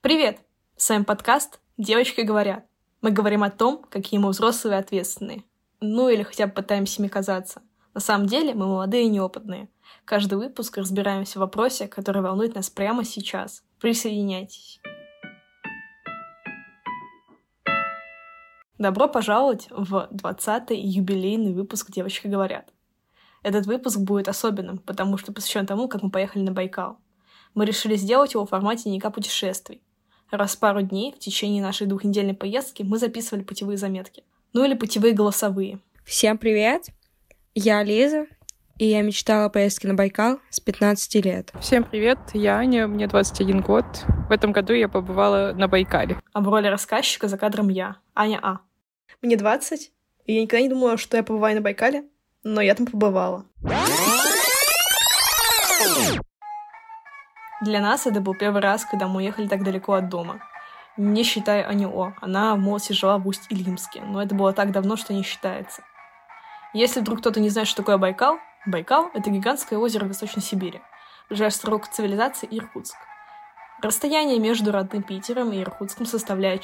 Привет! С вами подкаст «Девочки говорят». Мы говорим о том, какие мы взрослые и ответственные. Ну или хотя бы пытаемся ими казаться. На самом деле мы молодые и неопытные. Каждый выпуск разбираемся в вопросе, который волнует нас прямо сейчас. Присоединяйтесь. Добро пожаловать в 20-й юбилейный выпуск «Девочки говорят». Этот выпуск будет особенным, потому что посвящен тому, как мы поехали на Байкал. Мы решили сделать его в формате дневника путешествий. Раз в пару дней в течение нашей 2-недельной поездки мы записывали путевые заметки. Ну или путевые голосовые. Всем привет! Я Лиза, и я мечтала о поездке на Байкал с 15 лет. Всем привет, я Аня, мне 21 год. В этом году я побывала на Байкале. А в роли рассказчика за кадром я, Аня А. Мне 20, и я никогда не думала, что я побываю на Байкале, но я там побывала. Для нас это был первый раз, когда мы уехали так далеко от дома. Не считая Аню О. Она в молодости жила в Усть-Илимске, но это было так давно, что не считается. Если вдруг кто-то не знает, что такое Байкал, Байкал — это гигантское озеро в Восточной Сибири. Ближайший срок цивилизации — Иркутск. Расстояние между родным Питером и Иркутском составляет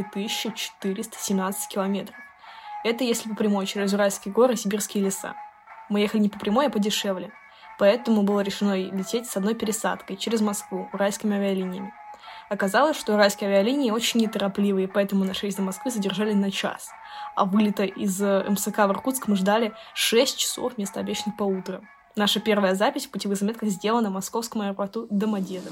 4417 километров. Это если по прямой через Уральские горы и Сибирские леса. Мы ехали не по прямой, а подешевле. Поэтому было решено лететь с одной пересадкой через Москву уральскими авиалиниями. Оказалось, что уральские авиалинии очень неторопливые, поэтому наш рейс до Москвы задержали на час. А вылета из МСК в Иркутск мы ждали 6 часов вместо обещанных по утру. Наша первая запись в путевых заметках сделана в московском аэропорту Домодедово.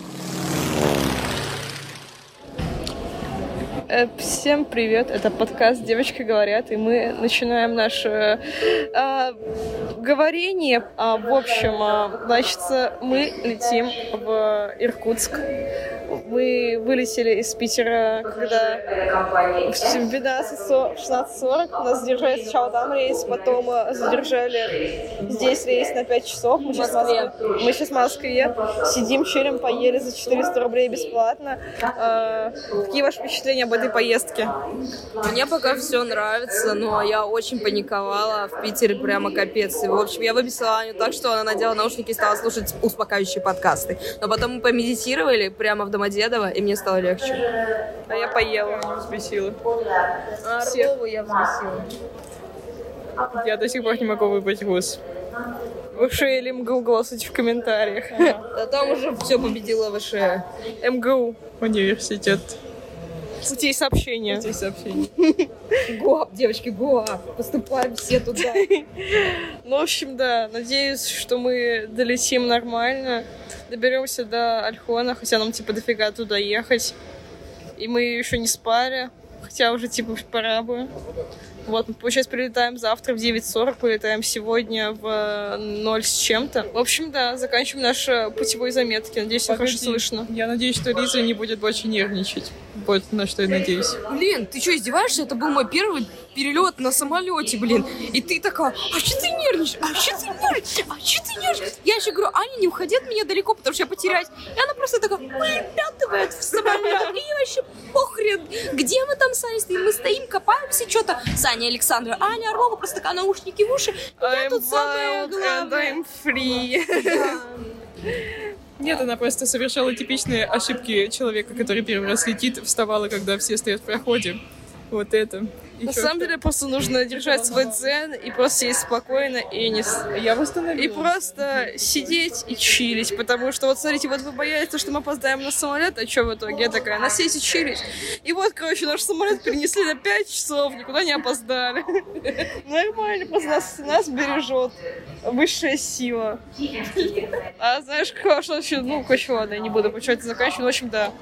Всем привет, это подкаст «Девочки говорят», и мы начинаем наше говорение. В общем, значит, мы летим в Иркутск. Мы вылетели из Питера, когда в 16:40 нас задержали сначала там рейс, потом задержали здесь рейс на 5 часов. Мы сейчас в Москве сидим, чилим, поели за 400 рублей бесплатно. Какие ваши впечатления об этой поездке? Мне пока все нравится, но я очень паниковала в Питере, прямо капец. И, в общем, я выписала Аню так, что она надела наушники и стала слушать успокаивающие подкасты. Но потом мы помедитировали прямо в Домодедово, и мне стало легче. А я поела, не взбесила. Орлову я взбесила. Я до сих пор не могу выбрать вуз. ВШЭ или МГУ, голосуйте в комментариях. Да там уже все победила ВШЭ. МГУ, университет. Путей сообщения. ГУАП, девочки, ГУАП. Поступаем все туда. Ну, в общем, да. Надеюсь, что мы долетим нормально. Доберемся до Ольхона, хотя нам, дофига туда ехать. И мы еще не спали. Хотя уже, пора бы. Вот, мы, получается, прилетаем завтра в 9:40, полетаем сегодня в 0 с чем-то. В общем, да, заканчиваем наши путевые заметки. Надеюсь, все хорошо слышно. Я надеюсь, что Лиза не будет больше нервничать. Вот на что я надеюсь. Блин, ты что, издеваешься? Это был мой первый перелет на самолете, блин. И ты такая, а что ты нервничаешь? Я еще говорю, Аня, не уходи от меня далеко, потому что я потеряюсь. И она просто такая, улепетывает в самолет. И вообще похрен, где мы там с Аней стоим? Мы стоим, копаемся, что-то. Саня Александра, Аня Орлова просто такая, наушники в уши. Я тут самая главная. I'm free. Нет, она просто совершала типичные ошибки человека, который первый раз летит, вставала, когда все стоят в проходе. Вот это. На самом деле просто нужно держать свой дзен и просто сидеть спокойно и не... Я восстановилась. И просто сидеть и чилить, потому что вот смотрите, вот вы боялись, что мы опоздаем на самолет, а что в итоге? Я такая, на сесть и чилить. И вот, короче, наш самолет перенесли на 5 часов, никуда не опоздали. Нормально, просто нас бережет высшая сила. А знаешь, что еще, короче, ладно, я не буду почему-то заканчивать, в общем, да.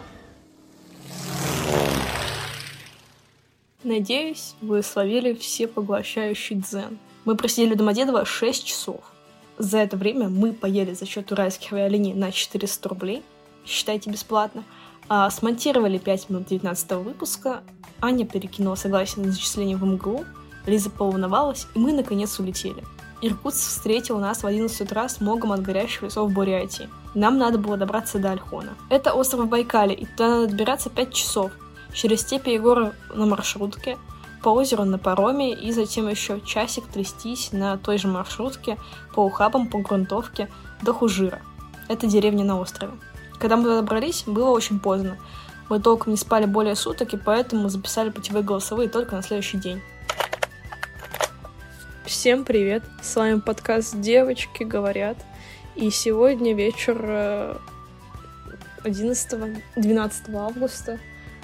Надеюсь, вы словили всепоглощающий дзен. Мы просидели в Домодедово 6 часов. За это время мы поели за счет уральских авиалиний на 400 рублей, считайте бесплатно, а смонтировали 5 минут 19-го выпуска, Аня перекинула согласие на зачисление в МГУ, Лиза поволновалась, и мы наконец улетели. Иркутск встретил нас в 11 утра с смогом от горящих лесов Бурятии. Нам надо было добраться до Ольхона. Это остров в Байкале, и туда надо добираться 5 часов. Через степи и горы на маршрутке, по озеру на пароме и затем еще часик трястись на той же маршрутке по ухабам, по грунтовке до Хужира. Это деревня на острове. Когда мы туда добрались, было очень поздно. Мы толком не спали более суток, и поэтому записали путевые голосовые только на следующий день. Всем привет! С вами подкаст «Девочки говорят». И сегодня вечер 12 августа.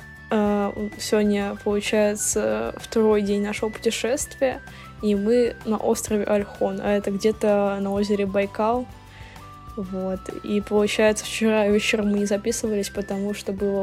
Сегодня, получается, второй день нашего путешествия, и мы на острове Ольхон, а это где-то на озере Байкал. Вот. И, получается, вчера вечером мы не записывались, потому что было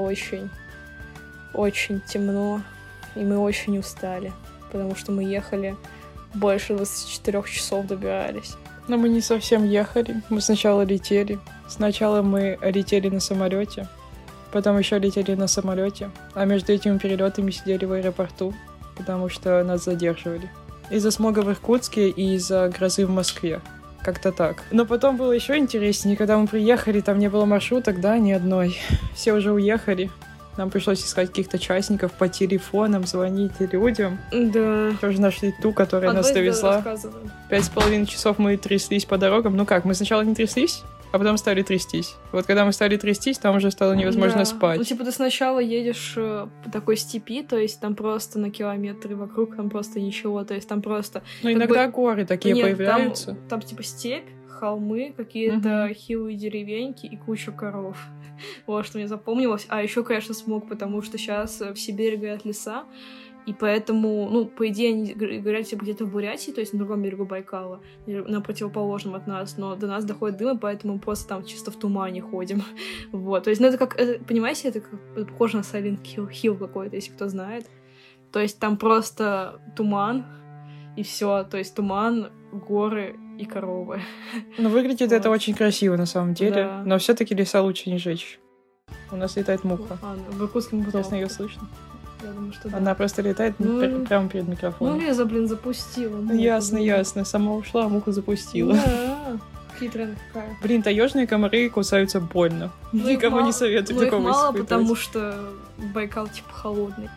очень темно, и мы очень устали, потому что мы ехали больше 24 часов добирались. Но мы не совсем ехали. Мы сначала летели. Сначала мы летели на самолете, потом еще летели на самолете, а между этими перелетами сидели в аэропорту, потому что нас задерживали. Из-за смога в Иркутске и из-за грозы в Москве. Как-то так. Но потом было еще интереснее. Когда мы приехали, там не было маршруток, да, ни одной. Все уже уехали. Нам пришлось искать каких-то частников по телефонам, звонить людям. Да. Тоже нашли ту, которая нас довезла. 5,5 часов мы тряслись по дорогам. Ну как, мы сначала не тряслись, а потом стали трястись. Вот когда мы стали трястись, там уже стало невозможно спать. Ну, типа, ты сначала едешь по такой степи, то есть там просто на километры вокруг, там просто ничего, то есть там просто... Ну, иногда горы такие появляются. Там, типа, степь, холмы, какие-то хилые деревеньки и куча коров. Вот, что мне запомнилось. А еще, конечно, смог, потому что сейчас в Сибири горят леса, и поэтому, ну, по идее, они горят типа, где-то в Бурятии, то есть на другом берегу Байкала, на противоположном от нас, но до нас доходит дым, и поэтому мы просто там чисто в тумане ходим. Вот, то есть, ну, это как, понимаете, это как похоже на Silent Hill какой-то, если кто знает. То есть там просто туман, и все, то есть туман, горы и коровы. Ну, выглядит это очень красиво, на самом деле, да. Но все-таки леса лучше не жечь. У нас летает муха. В Иркутске интересно, ее слышно? Я думаю, что да. Она просто летает прямо перед микрофоном. Ну, Лиза, запустила. Ясно. Сама ушла, а муху запустила. Да, хитрая какая. Блин, таежные комары кусаются больно. Никому не советую такого испытывать. Мало, потому что Байкал, типа, холодный.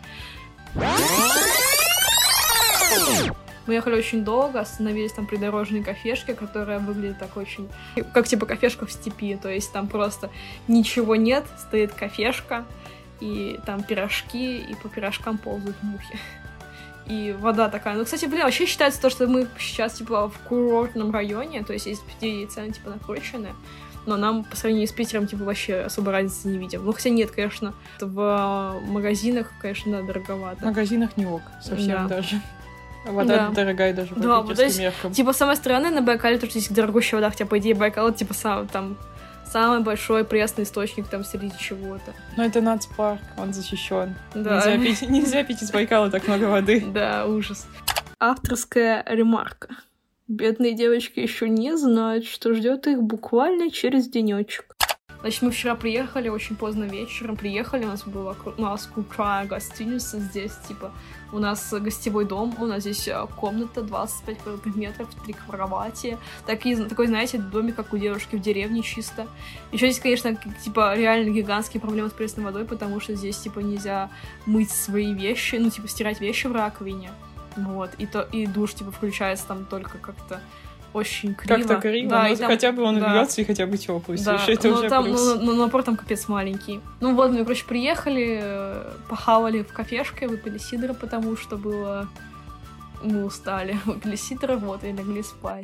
Мы ехали очень долго, остановились там придорожной кафешке, которая выглядит так очень... Как, типа, кафешка в степи, то есть там просто ничего нет, стоит кафешка, и там пирожки, и по пирожкам ползают мухи. И вода такая. Ну, кстати, блин, вообще считается то, что мы сейчас, типа, в курортном районе, то есть есть цены, типа, накрученные, но нам по сравнению с Питером, типа, вообще особо разницы не видим. Ну, хотя нет, конечно, в магазинах, конечно, дороговато. В магазинах не ок, совсем даже. Вода дорогая даже по питерским меркам. Типа, самое странное на Байкале, то, что здесь дорогущая вода, хотя, по идее, Байкал, типа, самый большой пресный источник там среди чего-то. Но это нацпарк, он защищен. Да. Нельзя пить из Байкала так много воды. Да, ужас. Авторская ремарка. Бедные девочки еще не знают, что ждет их буквально через денечек. Значит, мы вчера приехали очень поздно вечером. У нас крутая гостиница здесь, типа, у нас гостевой дом, у нас здесь комната 25 квадратных метров, 3 кровати. Такой, знаете, домик, как у девушки в деревне чисто. Еще здесь, конечно, типа, реально гигантские проблемы с пресной водой, потому что здесь, типа, нельзя мыть свои вещи, ну, типа, стирать вещи в раковине. Вот, и душ, типа, включается там только как-то очень криво. Как-то криво, да, но там, хотя бы он льется и хотя бы теплый. Да, слушай, это уже там, плюс. Но напор там капец маленький. Ну вот, мы, короче, приехали, похавали в кафешке, выпили сидра, потому что было... Мы устали. Выпили сидра, вот, и легли спать.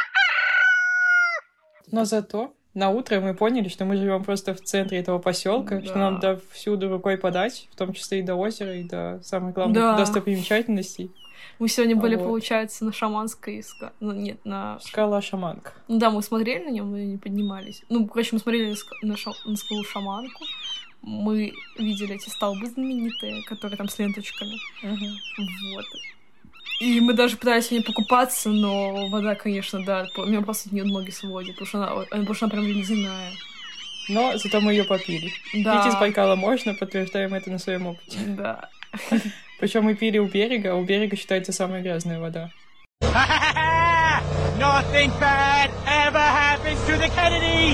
Но зато на утро мы поняли, что мы живем просто в центре этого поселка, что нам всюду рукой подать, в том числе и до озера, и до самых главных достопримечательностей. Мы сегодня были, получается, на Шаманской на... Скала Шаманка. Ну да, мы смотрели на нее, мы не поднимались. Ну, короче, мы смотрели на скалу Шаманку. Мы видели эти столбы знаменитые, которые там с ленточками. Вот. И мы даже пытались в ней покупаться, но вода, конечно, да, меня просто от нее ноги сводит, потому что она прям ледяная. Но зато мы ее попили. Да. Пить из Байкала можно, подтверждаем это на своем опыте. Да. Причем мы пили у берега, а у берега считается самая грязная вода. Nothing bad ever happens to the Kennedys!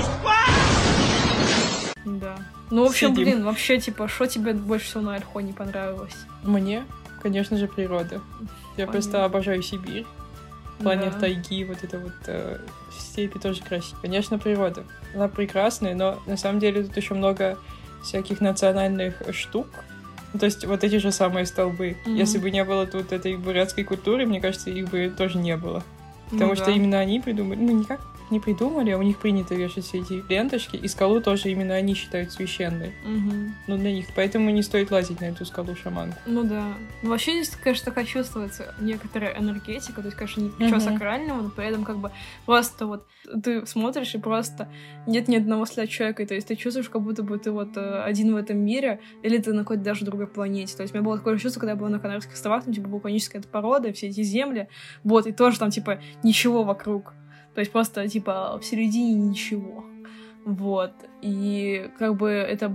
Да. Ну, в общем, блин, вообще, типа, что тебе больше всего на Ольхоне понравилось? Мне, конечно же, природа. Я просто обожаю Сибирь. В плане тайги, вот это вот степи тоже красиво. Конечно, природа. Она прекрасная, но на самом деле тут еще много всяких национальных штук. То есть вот эти же самые столбы. Если бы не было тут этой бурятской культуры, мне кажется, их бы тоже не было. Потому что именно они придумали... никак не придумали, а у них принято вешать все эти ленточки, и скалу тоже именно они считают священной. Для них. Поэтому не стоит лазить на эту скалу-шаманку. Да. Вообще здесь, конечно, такая чувствуется некоторая энергетика, то есть, конечно, ничего сакрального, но при этом как бы просто вот ты смотришь, и просто нет ни одного следа человека, то есть ты чувствуешь, как будто бы ты вот один в этом мире, или ты на какой-то даже другой планете. То есть у меня было такое чувство, когда я была на Канарских островах, там, типа, вулканическая порода, все эти земли, вот, и тоже там, типа, ничего вокруг. То есть просто, типа, в середине ничего. Вот. И как бы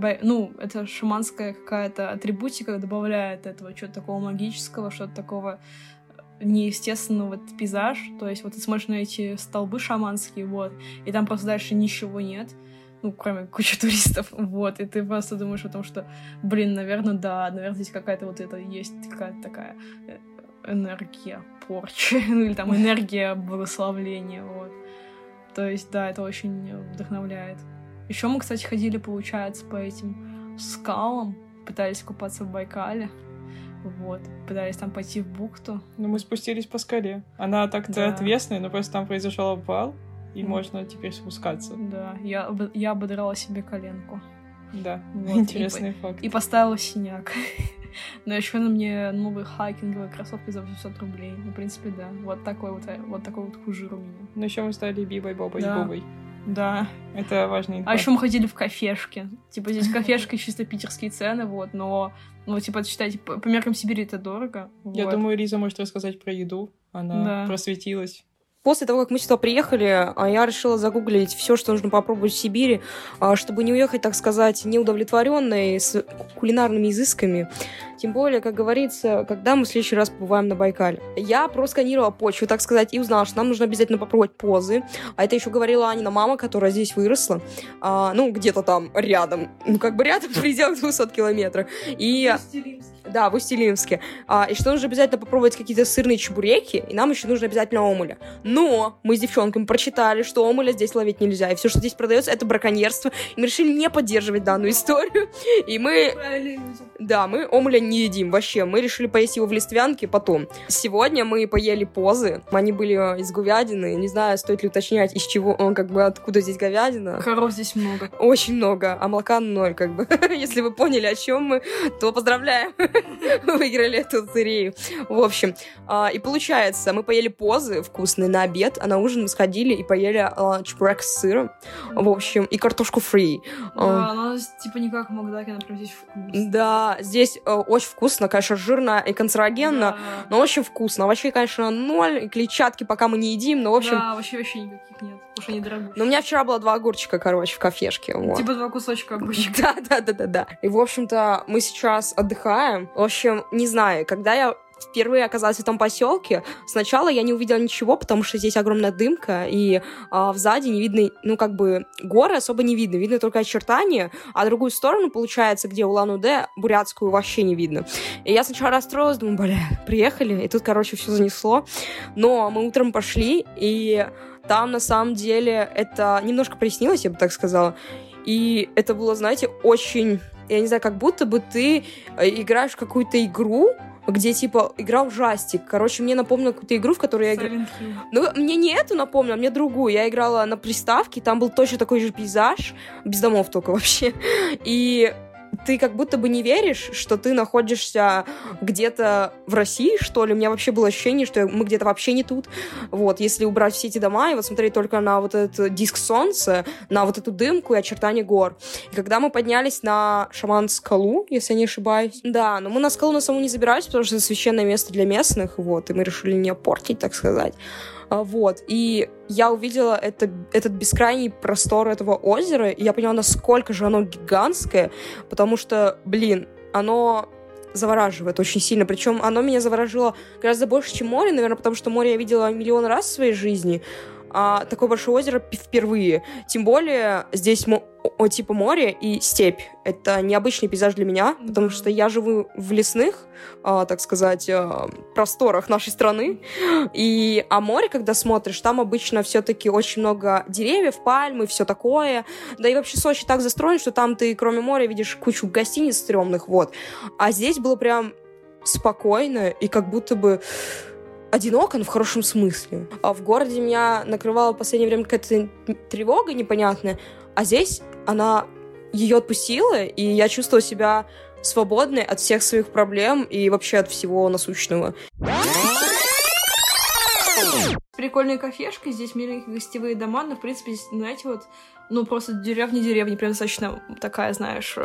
это шаманская какая-то атрибутика добавляет этого чего-то такого магического, что-то такого неестественного, вот, пейзаж. То есть вот ты смотришь на эти столбы шаманские, вот, и там просто дальше ничего нет. Кроме кучи туристов, вот, и ты просто думаешь о том, что, наверное, здесь какая-то вот это есть какая-то такая энергия порчи, или там энергия благословления, вот. То есть, да, это очень вдохновляет. Еще мы, кстати, ходили, получается, по этим скалам, пытались купаться в Байкале, вот, пытались там пойти в бухту. Мы спустились по скале. Она так-то отвесная, но просто там произошел обвал, и можно теперь спускаться. Да, я ободрала себе коленку. Да, вот. Интересный факт. И поставила синяк. Но еще на мне новые хайкинговые кроссовки за 800 рублей. В принципе, да. Вот такой вот хужир у меня. Но еще мы стали Бибой, Бобой, Бубой. Да. Это важный инфа. А еще мы ходили в кафешки. Типа, здесь кафешки чисто питерские цены, вот, но... типа, считайте, по меркам Сибири это дорого. Я думаю, Лиза может рассказать про еду. Она просветилась. После того, как мы сюда приехали, я решила загуглить все, что нужно попробовать в Сибири, чтобы не уехать, так сказать, неудовлетворенной с кулинарными изысками. Тем более, как говорится, когда мы в следующий раз побываем на Байкале. Я просканировала почву, так сказать, и узнала, что нам нужно обязательно попробовать позы. А это еще говорила Анина мама, которая здесь выросла. Где-то там рядом. Рядом в пределах 200 километров. И... Да, в Усть-Илимске. И что нужно обязательно попробовать какие-то сырные чебуреки, и нам еще нужно обязательно омуля. Но мы с девчонками прочитали, что омуля здесь ловить нельзя, и все, что здесь продается, это браконьерство. И мы решили не поддерживать данную историю. И мы... Да, мы омуля не едим вообще. Мы решили поесть его в Листвянке потом. Сегодня мы поели позы. Они были из говядины. Не знаю, стоит ли уточнять, из чего, откуда здесь говядина. Коров здесь много. Очень много, а молока 0, Если вы поняли, о чем мы, то поздравляем. Выиграли эту лотерею. В общем, и получается, мы поели позы вкусные на обед, а на ужин мы сходили и поели чебурек с сыром. В общем, и картошку фри. Да, она типа не как в Макдаке, она прям здесь вкусно. Да, здесь очень вкусно, конечно, жирно и канцерогенно, но очень вкусно. Овощей, конечно, 0, и клетчатки пока мы не едим, но в общем... Да, вообще никаких нет, потому что они дорогие. Но у меня вчера было 2 огурчика, в кафешке. Вот. Типа 2 кусочка огурчика. Да. И, в общем-то, мы сейчас отдыхаем. В общем, не знаю, когда я впервые оказалась в этом поселке, сначала я не увидела ничего, потому что здесь огромная дымка, и сзади не видно, горы особо не видно, видно только очертания, а другую сторону, получается, где Улан-Удэ, бурятскую вообще не видно. И я сначала расстроилась, думаю, приехали, и тут, все занесло. Но мы утром пошли, и там, на самом деле, это немножко прояснилось, я бы так сказала, и это было, знаете, очень... Я не знаю, как будто бы ты играешь в какую-то игру, где, игра ужастик. Мне напомнила какую-то игру, в которой я играла. Мне не эту напомнила, мне другую. Я играла на приставке, там был точно такой же пейзаж, без домов только вообще. И ты как будто бы не веришь, что ты находишься где-то в России, что ли. У меня вообще было ощущение, что мы где-то вообще не тут. Вот, если убрать все эти дома и смотреть только на вот этот диск солнца, на вот эту дымку и очертания гор. И когда мы поднялись на Шаман-скалу, если я не ошибаюсь, да, но мы на скалу на саму не забирались, потому что это священное место для местных, вот, и мы решили не портить, так сказать. Вот, и я увидела этот бескрайний простор этого озера, и я поняла, насколько же оно гигантское, потому что, оно завораживает очень сильно, причем оно меня заворожило гораздо больше, чем море, наверное, потому что море я видела миллион раз в своей жизни, такое большое озеро впервые. Тем более здесь типа море и степь. Это необычный пейзаж для меня, потому что я живу в лесных, так сказать, просторах нашей страны. А море, когда смотришь, там обычно все-таки очень много деревьев, пальмы, все такое. Да и вообще Сочи так застроен, что там ты кроме моря видишь кучу гостиниц стрёмных, вот. А здесь было прям спокойно и как будто бы одиноко, но в хорошем смысле. А в городе меня накрывала в последнее время какая-то тревога непонятная, а здесь она ее отпустила, и я чувствовала себя свободной от всех своих проблем и вообще от всего насущного. Прикольная кафешка, здесь миленькие гостевые дома, но, в принципе, здесь, знаете, вот, ну, просто деревня, прям достаточно такая, знаешь,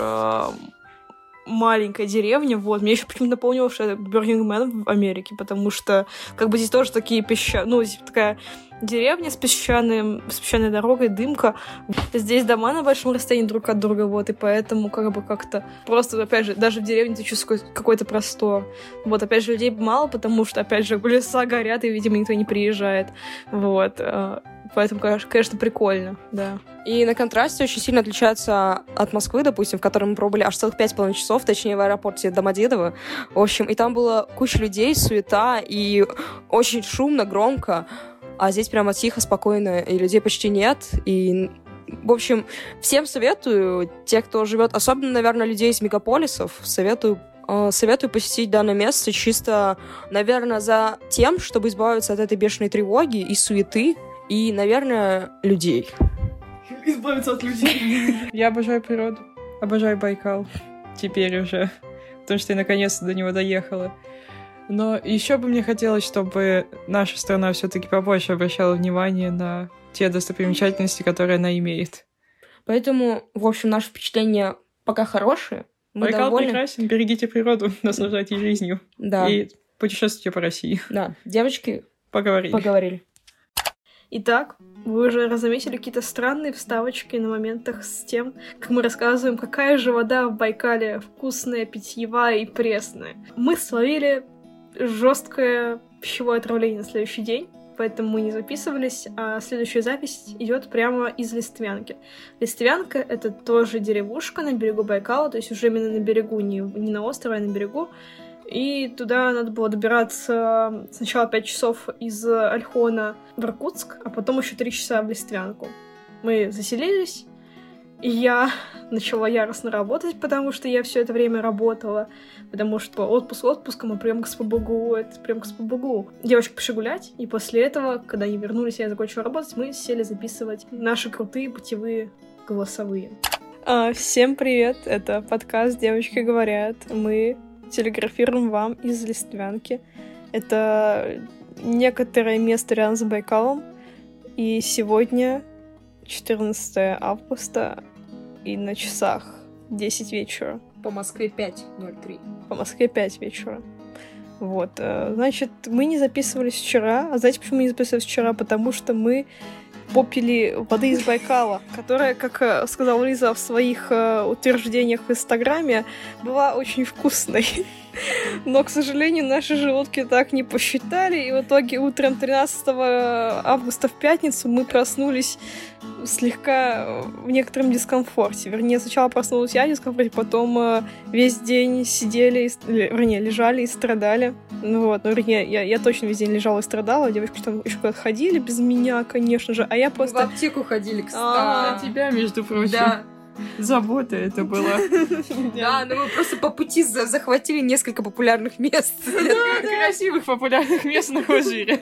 маленькая деревня, вот. Мне еще почему-то напомнило, что это Бёрмингем в Америке, потому что, как бы, здесь тоже такие ну, здесь такая деревня с песчаной дорогой, дымка. Здесь дома на большом расстоянии друг от друга, вот, и поэтому, как бы, как-то просто, опять же, даже в деревне ты чувствуешь какой-то простор. Вот, опять же, людей мало, потому что, опять же, леса горят, и, видимо, никто не приезжает. Вот. Поэтому, конечно, прикольно, да. И на контрасте очень сильно отличается от Москвы, допустим, в которой мы пробыли аж целых 5,5 часов, точнее, в аэропорте Домодедово. В общем, и там было куча людей, суета, и очень шумно, громко. А здесь прямо тихо, спокойно, и людей почти нет. И, в общем, всем советую, те, кто живет, особенно, наверное, людей из мегаполисов, советую посетить данное место чисто, наверное, за тем, чтобы избавиться от этой бешеной тревоги и суеты, и, наверное, людей. Избавиться от людей. Я обожаю природу. Обожаю Байкал. Теперь уже. Потому что я наконец-то до него доехала. Но еще бы мне хотелось, чтобы наша страна все-таки побольше обращала внимание на те достопримечательности, которые она имеет. Поэтому, в общем, наши впечатления пока хорошие. Мы Байкал довольны. прекрасен, берегите природу, наслаждайтесь жизнью. Да. И путешествуйте по России. Да, девочки поговорили. Итак, вы уже заметили какие-то странные вставочки на моментах с тем, как мы рассказываем, какая же вода в Байкале вкусная, питьевая и пресная. Мы словили жесткое пищевое отравление на следующий день, поэтому мы не записывались, а следующая запись идет прямо из Листвянки. Листвянка — это тоже деревушка на берегу Байкала, то есть уже именно на берегу, не на острове, а на берегу. И туда надо было добираться сначала 5 часов из Ольхона в Иркутск, а потом еще 3 часа в Листвянку. Мы заселились, и я начала яростно работать, потому что я все это время работала, потому что отпуск отпуском, а прям к СПБГУ, это прям к СПБГУ. Девочки пошли гулять, и после этого, когда они вернулись, я закончила работать, мы сели записывать наши крутые путевые голосовые. Всем привет, это подкаст «Девочки говорят». Мы телеграфируем вам из Листвянки. Это некоторое место рядом с Байкалом. И сегодня 14 августа, и на часах 10 вечера. По Москве 5:03. По Москве 5 вечера. Вот. Значит, мы не записывались вчера. А знаете, почему мы не записывались вчера? Потому что мы попили воды из Байкала, которая, как сказала Лиза в своих утверждениях в Инстаграме, была очень вкусной. Но, к сожалению, наши желудки так не посчитали, и в итоге утром 13 августа в пятницу мы проснулись слегка в некотором дискомфорте. Вернее, сначала проснулась я в дискомфорте, потом весь день сидели, лежали и страдали. Ну вот, ну, вернее, я точно весь день лежала и страдала, девочки там еще куда-то ходили без меня, конечно же, а я просто... Мы в аптеку ходили, кстати. На тебя, между прочим. Да. Забота это была. Да, но мы просто по пути захватили несколько популярных мест. Красивых популярных мест на Хожире.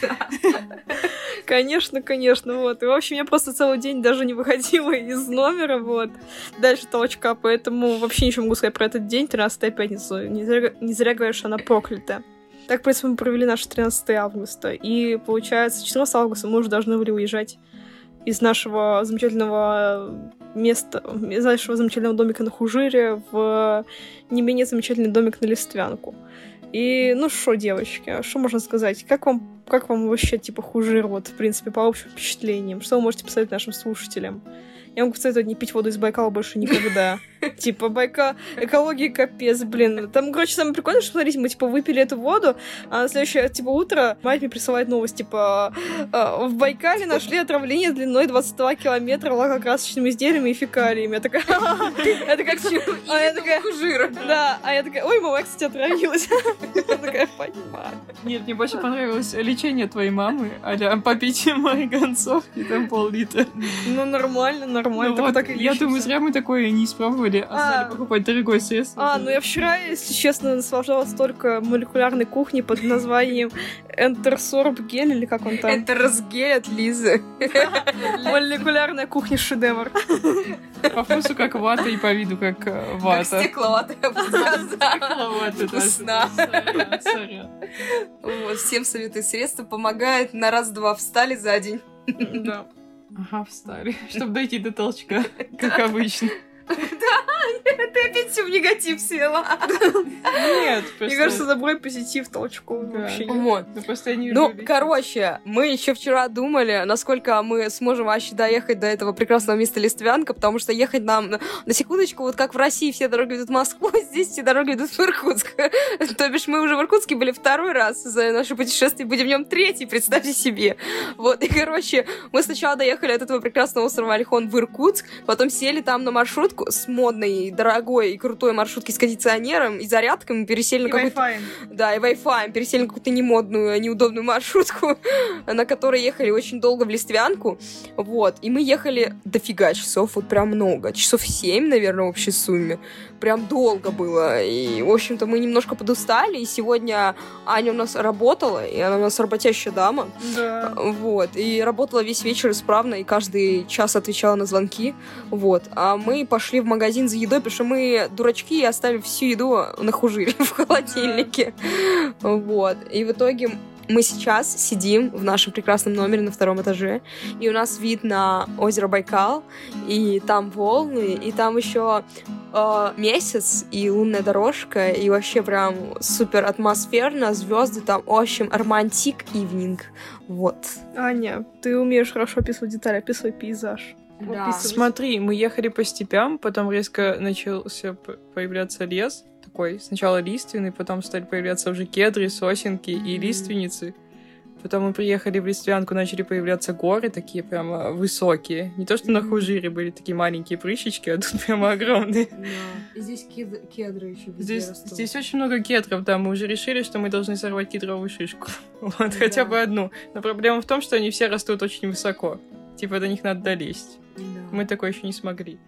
Конечно, вот. И, в общем, я просто целый день даже не выходила из номера, вот. Дальше толчка, поэтому вообще ничего не могу сказать про этот день, 13-я пятница. Не зря говорят, что она проклята. Так, в принципе, мы провели наш 13 августа. И, получается, 14 августа мы уже должны были уезжать из нашего замечательного места, из нашего замечательного домика на Хужире в не менее замечательный домик на Листвянку. И, ну что, девочки, что можно сказать? Как вам вообще, типа, Хужир, вот, в принципе, по общим впечатлениям? Что вы можете посоветовать нашим слушателям? Я могу посоветовать не пить воду из Байкала больше никогда. Типа, экология капец, блин. Там, короче, самое прикольное, что, смотрите, мы, типа, выпили эту воду, а на следующее, типа, утро мать мне присылает новость, типа, в Байкале нашли отравление длиной 22 километра лакокрасочными изделиями и фекалиями. Я такая... Это как... Я такая... жира. Да, а я такая, ой, мама, кстати, отравилась. Я такая, понимаю. Нет, мне больше понравилось лечение твоей мамы, а-ля попить марганцов и там пол-литра. Ну, нормально. Ну вот, так и я думаю, зря мы такое не испробовали, а стали покупать дорогое средство. Ну я вчера, если честно, наслаждалась только молекулярной кухней под названием Энтерсорб-гель, или как он там? Энтерсгель от Лизы. Молекулярная кухня шедевр. По вкусу как вата и по виду как вата. Как стекловатая Стекловатая. Вкусно. Сорян. Вот, всем советую средства, помогает на раз-два, встали за день. Да. Ага, встали. Чтобы дойти до толчка, как обычно. Ты опять все в негатив свела. Нет, просто... Мне кажется, добрый позитив толчков вообще нет. Вот. Ну, просто я не Ну, люблю. короче, мы еще вчера думали, насколько мы сможем вообще доехать до этого прекрасного места Листвянка, потому что ехать нам, на секундочку, вот как в России все дороги ведут в Москву, здесь все дороги ведут в Иркутск. То бишь мы уже в Иркутске были второй раз за наше путешествие, будем в нем третий, представьте себе. Вот, и, короче, мы сначала доехали от этого прекрасного острова Ольхон в Иркутск, потом сели там на маршрутку с модной, дорогой и крутой маршруткой с кондиционером и зарядками, пересели на какую-то... Wi-Fi. Да, и Wi-Fi. Пересели на какую-то немодную, неудобную маршрутку, на которой ехали очень долго в Листвянку. Вот. И мы ехали дофига часов, вот прям много. Часов 7, наверное, в общей сумме. Прям долго было. И, в общем-то, мы немножко подустали. И сегодня Аня у нас работала, и она у нас работящая дама. Да. Вот. И работала весь вечер исправно, и каждый час отвечала на звонки. Вот. А мы пошли в магазин за едой, потому что мы дурачки и оставили всю еду на хужире в холодильнике. Вот. И в итоге мы сейчас сидим в нашем прекрасном номере на 2-м этаже, и у нас вид на озеро Байкал, и там волны, и там еще месяц, и лунная дорожка, и вообще прям супер атмосферно, звезды там, в общем, романтик ивнинг. Вот. Аня, ты умеешь хорошо описывать детали, описывай пейзаж. Да. Смотри, мы ехали по степям, потом резко начался появляться лес, такой сначала лиственный, потом стали появляться уже кедры, сосенки и лиственницы. Потом мы приехали в Листвянку, начали появляться горы такие прямо высокие. Не то, что на Хужире были такие маленькие прыщички, а тут прямо огромные. И здесь кедры еще Здесь очень много кедров, да. Мы уже решили, что мы должны сорвать кедровую шишку. Вот, хотя бы одну. Но проблема в том, что они все растут очень высоко. Типа до них надо долезть. Мы такое еще не смогли.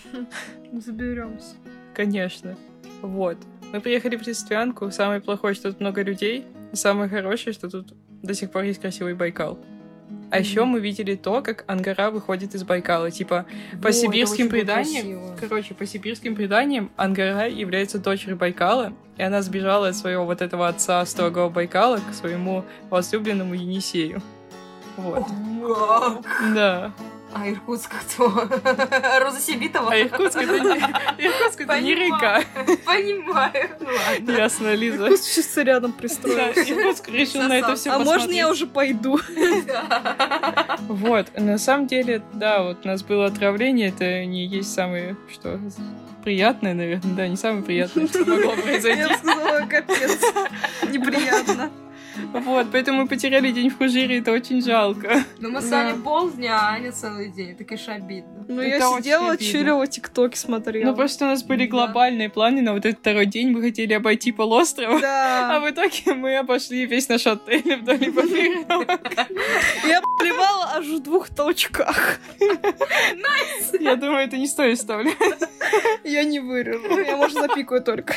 Заберемся. Конечно. Вот. Мы приехали в Листвянку. Самое плохое, что тут много людей. И самое хорошее, что тут до сих пор есть красивый Байкал. А еще мы видели то, как Ангара выходит из Байкала. Типа, по сибирским преданиям... Короче, по сибирским преданиям Ангара является дочерью Байкала, и она сбежала от своего вот этого отца строгого Байкала к своему возлюбленному Енисею. Вот. Да. А Иркутск кто? Роза Сибитова? А Иркутск это не река. Понимаю. Ну ладно. Ясно, Лиза. Иркутск сейчас рядом Да, пристроился. Иркутск решил на это все А посмотреть. можно я уже пойду? Вот, на самом деле, да, вот у нас было отравление, это не есть самое, что приятное, наверное, да, не самое приятное, что могло произойти. Я бы сказала, капец. Неприятно. Вот, поэтому мы потеряли день в Хужире, это очень жалко. Ну мы с Аней полдня, а Аня целый день. Это, конечно, обидно. Ну, Это я очень сидела, обидно. чилила, тиктоки смотрела. Ну, просто у нас были глобальные планы на вот этот второй день, мы хотели обойти полуостров, а Да. в итоге мы обошли весь наш отель вдоль и поперек. Я плевала аж в 2 толчках. Я думаю, это не стоит вставлять. Я не вырежу. Я, может, запикаю только.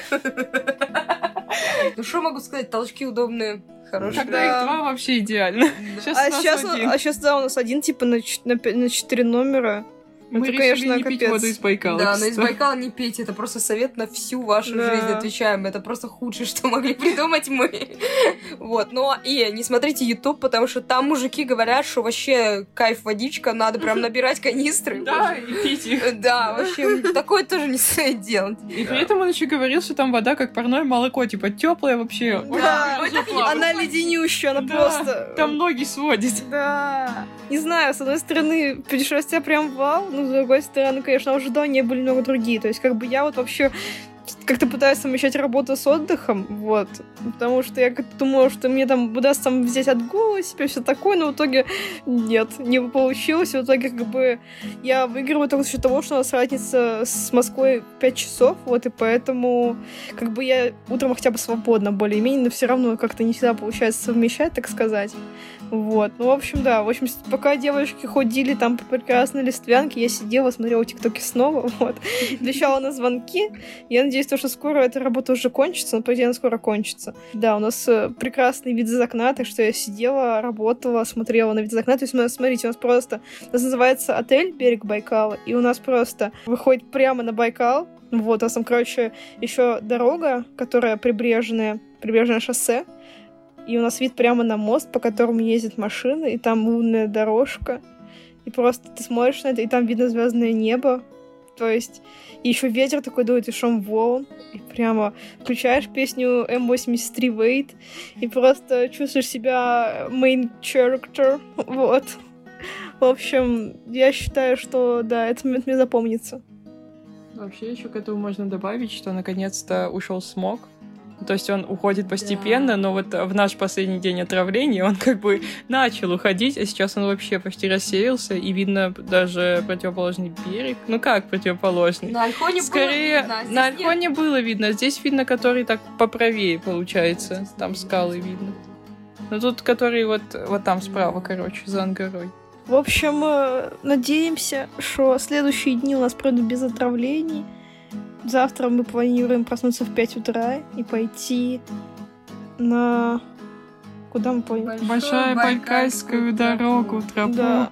Ну что могу сказать, толчки удобные. Хорошие. Тогда их 2 вообще идеально. Сейчас А у нас один. сейчас, да, у нас один, типа, на 4 номера. Мы Это, решили конечно, не пить капец. воду из Байкала. Да, но из кстати. Байкала не пейте, это просто совет на всю вашу Да. жизнь, отвечаем. Это просто худшее, что могли придумать мы. Вот, но и не смотрите YouTube, потому что там мужики говорят, что вообще кайф водичка, надо прям набирать канистры. Да, и пить их. Да, вообще, такое тоже не стоит делать. И при этом он еще говорил, что там вода как парное молоко, типа теплая вообще. Да, Очень плавно. она леденющая, она Да, просто... Там ноги сводит. Да. Не знаю, с одной стороны, путешествие прям вау, но с другой стороны, конечно, ожидания были немного другие. То есть, как бы я вот вообще как-то пытаюсь совмещать работу с отдыхом, вот, потому что я как-то думала, что мне там удастся там взять отгул себе, все такое, но в итоге нет, не получилось, в итоге как бы я выигрываю только за счет того, что у нас разница с Москвой 5 часов, вот, и поэтому как бы я утром хотя бы свободна более-менее, но все равно как-то не всегда получается совмещать, так сказать. Вот, ну, в общем, да, в общем, пока девушки ходили там по прекрасной Листвянке, я сидела, смотрела тиктоки снова, вот, отвечала на звонки. Я надеюсь, что скоро эта работа уже кончится, но, по идее, она скоро кончится. Да, у нас прекрасный вид из окна, так что я сидела, работала, смотрела на вид из окна. То есть, смотрите, у нас просто, у нас называется отель «Берег Байкала», и у нас просто выходит прямо на Байкал. Вот, у нас там, короче, еще дорога, которая прибрежное шоссе, и у нас вид прямо на мост, по которому ездят машины, и там лунная дорожка. И просто ты смотришь на это, и там видно звездное небо. То есть еще ветер такой дует, и шум волн. И прямо включаешь песню M83 Wait, и просто чувствуешь себя main character. Вот. В общем, я считаю, что, да, этот момент мне запомнится. Вообще еще к этому можно добавить, что наконец-то ушел смог. То есть он уходит постепенно, да. Но вот в наш последний день отравления он как бы начал уходить, а сейчас он вообще почти рассеялся, и видно даже противоположный берег. Ну как противоположный? На Ольхоне скорее, было видно, на Ольхоне было видно, здесь видно, который так поправее получается. Там скалы видно. Но тут который вот там справа, короче, за Ангарой. В общем, надеемся, что следующие дни у нас пройдут без отравлений. Завтра мы планируем проснуться в 5 утра и пойти на... Куда мы планируем? Большая Байкальскую дорогу, тропу. Да.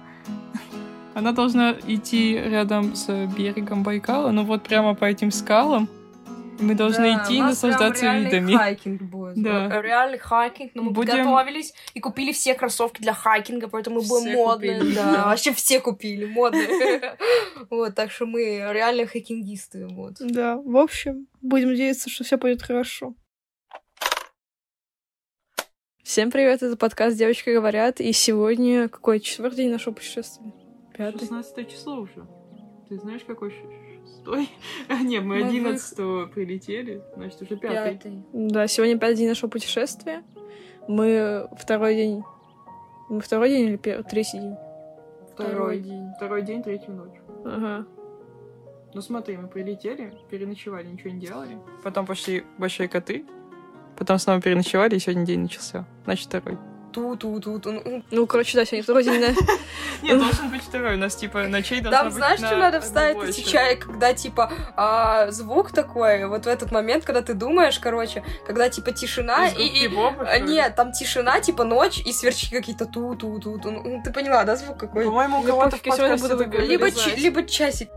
Она должна идти рядом с берегом Байкала, но вот прямо по этим скалам. Мы должны идти и наслаждаться видами. Хайкинг будет. Да. Реальный хайкинг, но мы подготовились и купили все кроссовки для хайкинга, поэтому мы будем модные. Да, вообще все купили, модные. Вот, так что мы реально хайкингисты. Вот. Да, в общем, будем надеяться, что все пойдет хорошо. Всем привет, это подкаст «Девочки говорят», и сегодня какой 4-й день нашего путешествия? 5-й? 16 число уже. Ты знаешь, какой 6-й? Нет, мы 11-го прилетели, значит, уже 5-й. Да, сегодня 5-й день нашего путешествия. Мы второй день... Мы второй день или третий день? Второй день. Второй день, третью ночь. Ага. Ну смотри, мы прилетели, переночевали, ничего не делали. Потом пошли большие коты. Потом снова переночевали, и сегодня день начался. Значит, второй. Ну, короче, да, сегодня второй день, да? Нет, должен быть второй. У нас, типа, ночей должно быть. Там, знаешь, что надо вставить отвечая, когда, типа, звук такой, вот в этот момент, когда ты думаешь, короче, когда, типа, тишина и... Нет, там тишина, типа, ночь, и сверчки какие-то ту-ту-ту. Ну, ты поняла, да, звук какой? По-моему, у кого-то в подкасте буду либо часик.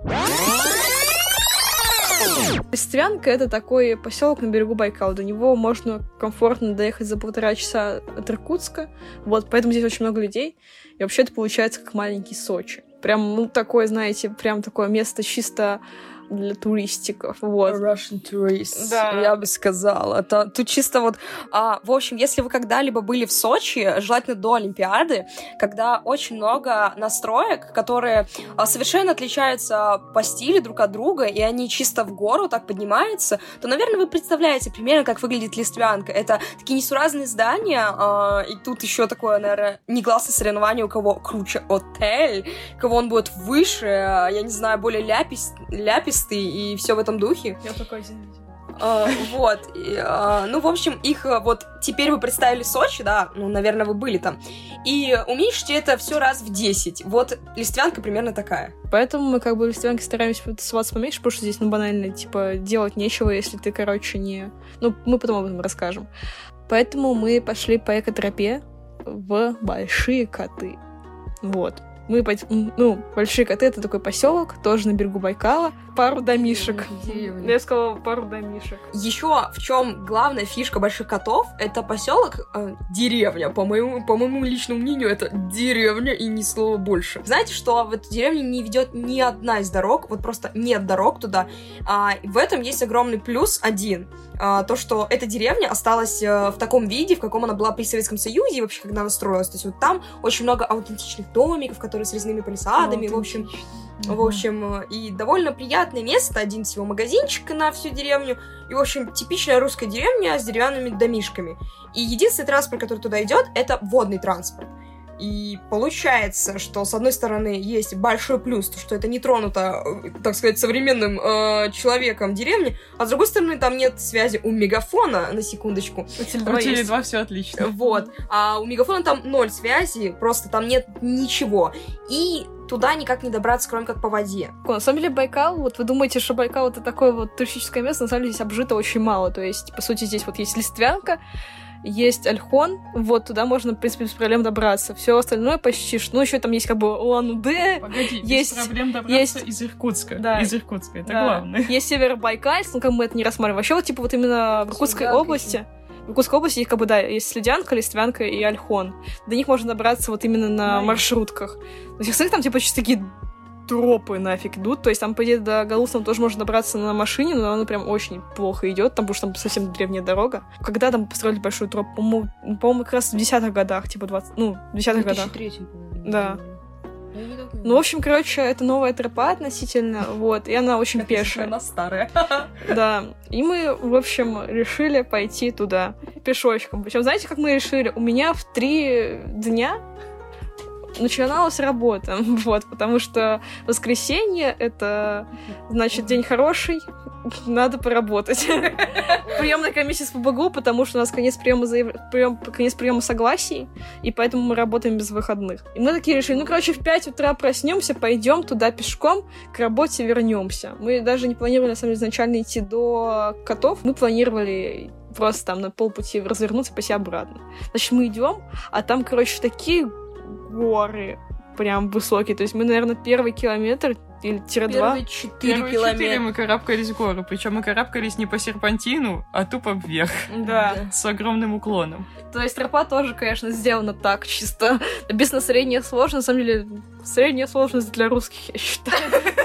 Листвянка — это такой поселок на берегу Байкала. До него можно комфортно доехать за 1,5 часа от Иркутска. Вот, поэтому здесь очень много людей. И вообще это получается как маленький Сочи. Прям, ну, такое, знаете, прям такое место чисто для туристиков, вот. Russian tourists, да. Я бы сказала. Тут чисто вот... в общем, если вы когда-либо были в Сочи, желательно до Олимпиады, когда очень много настроек, которые совершенно отличаются по стилю друг от друга, и они чисто в гору так поднимаются, то, наверное, вы представляете примерно, как выглядит Листвянка. Это такие несуразные здания, и тут еще такое, наверное, негласное соревнование, у кого круче отель, у кого он будет выше, я не знаю, более ляпистый, и все в этом духе. Я такой, извините. Вот. Ну, в общем, их вот теперь вы представили Сочи, да, ну, наверное, вы были там, и уменьшите это все раз в 10. Вот Листвянка примерно такая. Поэтому мы как бы в Листвянке стараемся тусоваться поменьше, потому что здесь, ну, банально, типа, делать нечего, если ты, короче, не... Ну, мы потом об этом расскажем. Поэтому мы пошли по экотропе в Большие Коты. Вот. Большие Коты — это такой поселок, тоже на берегу Байкала. Пару домишек. Я сказала пару домишек. Еще в чем главная фишка Больших Котов, это поселок, деревня. По моему личному мнению, это деревня и ни слова больше. Знаете, что в эту деревню не ведет ни одна из дорог, вот просто нет дорог туда. В этом есть огромный плюс один. То, что эта деревня осталась в таком виде, в каком она была при Советском Союзе, и вообще, когда она строилась. То есть вот там очень много аутентичных домиков, которые с резными палисадами, в общем... В общем, и довольно приятное место, один всего магазинчик на всю деревню. И, в общем, типичная русская деревня с деревянными домишками. И единственный транспорт, который туда идет, это водный транспорт. И получается, что, с одной стороны, есть большой плюс, то, что это не тронуто, так сказать, современным человеком деревни, а с другой стороны, там нет связи у Мегафона, на секундочку. У Теле2 все отлично. Вот. А у Мегафона там 0 связи, просто там нет ничего. И туда никак не добраться, кроме как по воде. На самом деле Байкал, вот вы думаете, что Байкал это такое вот туристическое место, на самом деле здесь обжито очень мало. То есть, по сути, здесь вот есть Листвянка, есть Ольхон, вот туда можно, в принципе, без проблем добраться. Все остальное почти, ну, еще там есть как бы Улан-Удэ. Погоди, есть, без проблем добраться из Иркутска. Да. Из Иркутска, это главное. Есть Северобайкальск, ну, как мы это не рассматриваем. Вообще, вот, типа, вот именно в Иркутской области... В Иркутской области есть, как бы, да, есть Слядянка, Листвянка и Ольхон. До них можно добраться вот именно на маршрутках. На всех остальных там, типа, чисто такие тропы нафиг идут. То есть там, по идее, до Галустова тоже можно добраться на машине, но оно прям очень плохо идет, потому что там совсем древняя дорога. Когда там построили большую тропу? По-моему, как раз в 10-х годах, типа, в 10-х годах. В 2003, по-моему. Да. Ну, в общем, короче, это новая тропа относительно, вот, и она очень пешая. Она старая. Да, и мы, в общем, решили пойти туда пешочком. Причем, знаете, как мы решили? У меня в 3 дня начиналась работа, вот, потому что воскресенье — это, значит, день хороший, надо поработать. Приемная комиссия с ПБГУ, потому что у нас конец приема согласий, и поэтому мы работаем без выходных. И мы такие решили, в 5 утра проснемся, пойдем туда пешком, к работе вернемся. Мы даже не планировали, на самом деле, изначально идти до Котов, мы планировали просто там на полпути развернуться и пойти обратно. Значит, мы идем, а там, такие горы прям высокие. То есть мы, наверное, первый километр или -2. Первые 4 километра мы карабкались в гору. Причем мы карабкались не по серпантину, а тупо вверх. Да. С огромным уклоном. То есть тропа тоже, конечно, сделана так, чисто. Без на средняя сложность. На самом деле, средняя сложность для русских, я считаю.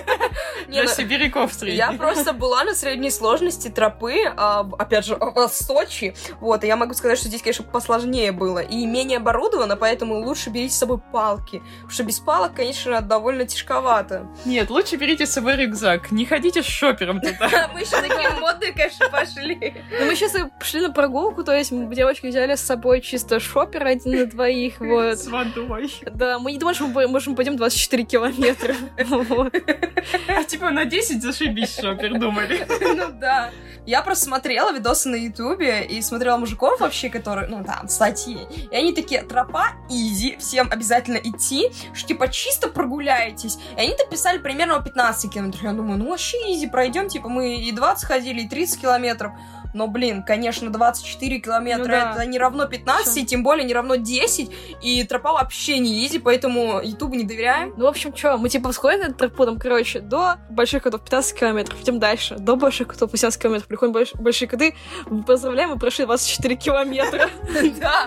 Для сибиряков средняя. Я просто была на средней сложности тропы, опять же, в Сочи. Вот, и я могу сказать, что здесь, конечно, посложнее было. И менее оборудовано, поэтому лучше берите с собой палки. Потому что без палок, конечно, довольно тяжковато. Нет, лучше берите с собой рюкзак. Не ходите с шопером туда. Мы еще такие модные, конечно, пошли. Ну, мы сейчас пошли на прогулку, то есть девочки взяли с собой чисто шопер 1 на 2, вот. С водой. Да, мы не думали, что мы пойдем 24 километра. А типа на 10 зашибись, шопер, думали. Ну да. Я просто смотрела видосы на Ютубе и смотрела мужиков вообще, которые, статьи. И они такие, тропа изи, всем обязательно идти, что типа чисто прогуляетесь. И они-то писали примерно 15 километров. Я думаю, вообще изи, пройдем, типа мы и 20 ходили, и 30 километров. Но, конечно, 24 километра это не равно 15, и тем более не равно 10, и тропа вообще не изи, поэтому Ютубу не доверяем. Ну, в общем, мы всходим на эту тропу, до Больших Котов 15 километров, идем дальше, до Больших Котов 18 километров, приходим в Большие Коты, поздравляем, мы прошли 24 километра. Да.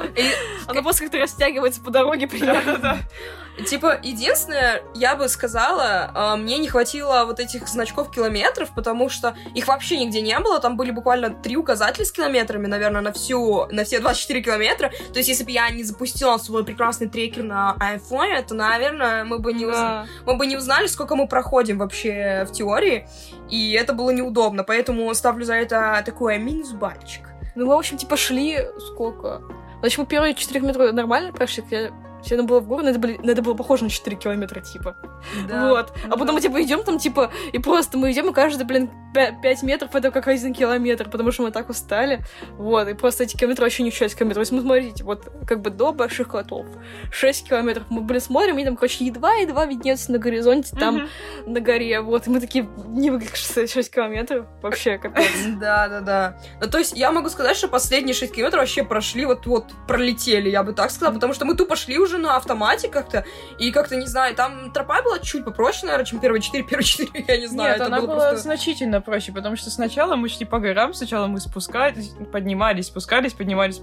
Она просто как-то растягивается по дороге примерно. Типа, единственное, я бы сказала, мне не хватило вот этих значков километров, потому что их вообще нигде не было, там были буквально 3 указателя с километрами, наверное, на все 24 километра, то есть если бы я не запустила свой прекрасный трекер на iPhone, то, наверное, мы бы не узнали, сколько мы проходим вообще в теории, и это было неудобно, поэтому ставлю за это такой минус-бальчик. Ну, в общем, шли сколько? Значит, мы первые 4 километра нормально прошли, все надо было в гору, но это было похоже на 4 километра, типа. Да. Вот. А потом мы, идем там, и просто мы идем, и каждый, 5 метров это как 1 километр, потому что мы так устали. Вот. И просто эти километры вообще не в 6 километров. То есть, смотрите, до Больших Котов 6 километров. Мы, смотрим, и там, едва виднеется на горизонте, там, на горе. Вот. И мы такие, не выглядит 6 километров. Вообще, капец. Да. Ну, то есть, я могу сказать, что последние 6 километров вообще прошли, пролетели, я бы так сказала, потому что мы тупо шли уже на автомате как-то, и как-то, не знаю, там тропа была чуть попроще, наверное, чем первые 4, я не знаю. Нет, она была значительно проще, потому что сначала мы шли по горам, сначала мы спускались, поднимались, спускались,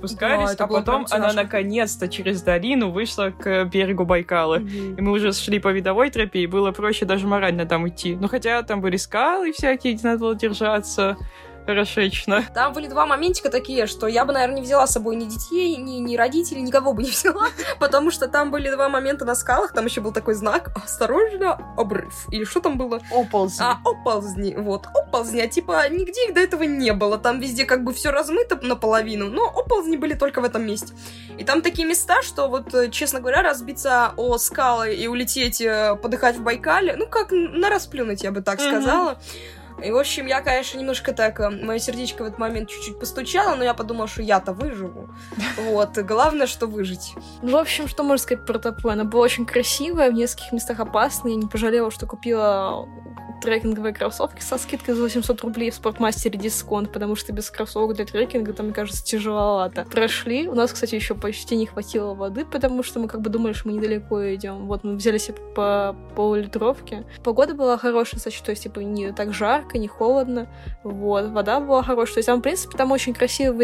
а потом она наконец-то через долину вышла к берегу Байкала. И мы уже шли по видовой тропе, и было проще даже морально там идти. Ну, хотя там были скалы всякие, где надо было держаться. хорошечно. Там были два моментика такие, что я бы, наверное, не взяла с собой ни детей, ни родителей, никого бы не взяла, потому что там были два момента на скалах, там еще был такой знак «Осторожно, обрыв». Или что там было? Оползни. Оползни, вот, оползни, типа нигде их до этого не было, там везде как бы все размыто наполовину, но оползни были только в этом месте. И там такие места, что вот, честно говоря, разбиться о скалы и улететь подыхать в Байкале, ну как на расплюнуть, я бы так сказала. И, в общем, я, конечно, немножко так, мое сердечко в этот момент чуть-чуть постучало, но я подумала, что я-то выживу. Вот, главное, что выжить. Ну, в общем, что можно сказать про тропу? Она была очень красивая, в нескольких местах опасная. Я не пожалела, что купила трекинговые кроссовки со скидкой за 800 рублей в спортмастере дисконт, потому что без кроссовок для трекинга там, мне кажется, тяжеловато. Прошли. У нас, кстати, еще почти не хватило воды, потому что мы как бы думали, что мы недалеко идем. Вот мы взяли себе по пол-литровке. Погода была хорошая, кстати, то есть, типа, не так жарко, не холодно. Вот. Вода была хорошая. То есть, там, в принципе, там очень красивые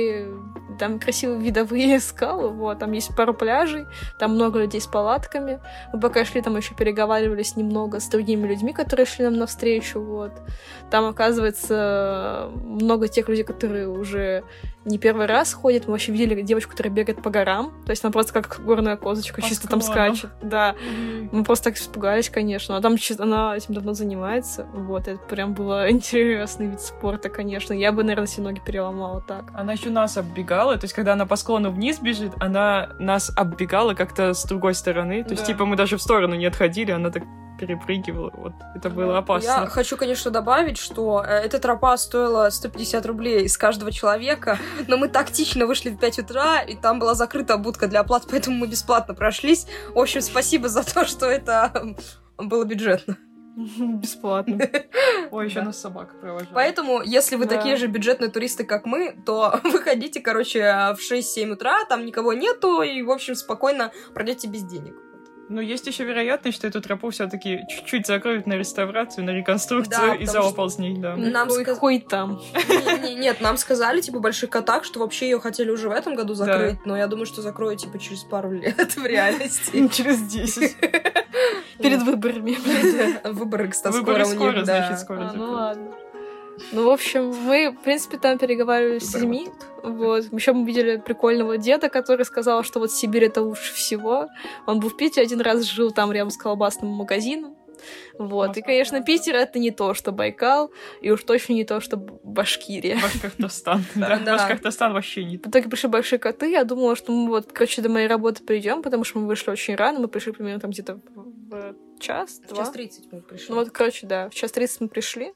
видовые скалы, вот, там есть пару пляжей, там много людей с палатками. Мы пока шли, там еще переговаривались немного с другими людьми, которые шли нам навстречу, вот. Там, оказывается, много тех людей, которые уже не первый раз ходят. Мы вообще видели девочку, которая бегает по горам, то есть она просто как горная козочка, чисто там скачет. Да. Мы просто так испугались, конечно. А там она этим давно занимается, вот. Это прям было интересный вид спорта, конечно. Я бы, наверное, себе ноги переломала так. Она еще нас оббегала, то есть когда она по склону вниз бежит, она нас оббегала как-то с другой стороны. То есть, типа, мы даже в сторону не отходили, она так перепрыгивала. Вот. Это было опасно. Я хочу, конечно, добавить, что эта тропа стоила 150 рублей с каждого человека, но мы тактично вышли в 5 утра, и там была закрыта будка для оплат, поэтому мы бесплатно прошлись. В общем, спасибо за то, что это было бюджетно. Бесплатно. Ой, еще нас собака провожала. Поэтому, если вы такие же бюджетные туристы, как мы, то выходите, короче, в 6-7 утра, там никого нету, и, в общем, спокойно пройдете без денег. Но есть еще вероятность, что эту тропу все-таки чуть-чуть закроют на реставрацию, на реконструкцию из-за оползней, да. Нам Хуй там. Нет, нам сказали, типа, в Больших Котах, что вообще ее хотели уже в этом году закрыть, но я думаю, что закроют, типа, через пару лет в реальности. Через 10. Перед выборами. Выборы, кстати, скоро у них, значит, скоро. Ну ладно. Ну, в общем, мы, в принципе, там переговаривали с людьми. Вот. Еще мы видели прикольного деда, который сказал, что вот Сибирь — это лучше всего. Он был в Питере один раз, жил там рядом с колбасным магазином. Вот. И, конечно, Питер — это не то, что Байкал, и уж точно не то, что Башкирия. Башкортостан. Да, Башкортостан вообще не то. В итоге пришли Большие Коты. Я думала, что мы вот, короче, до моей работы придем, потому что мы вышли очень рано. Мы пришли примерно там где-то в час-два. В час 30 мы пришли. Ну вот, короче, да, в час 30 мы пришли.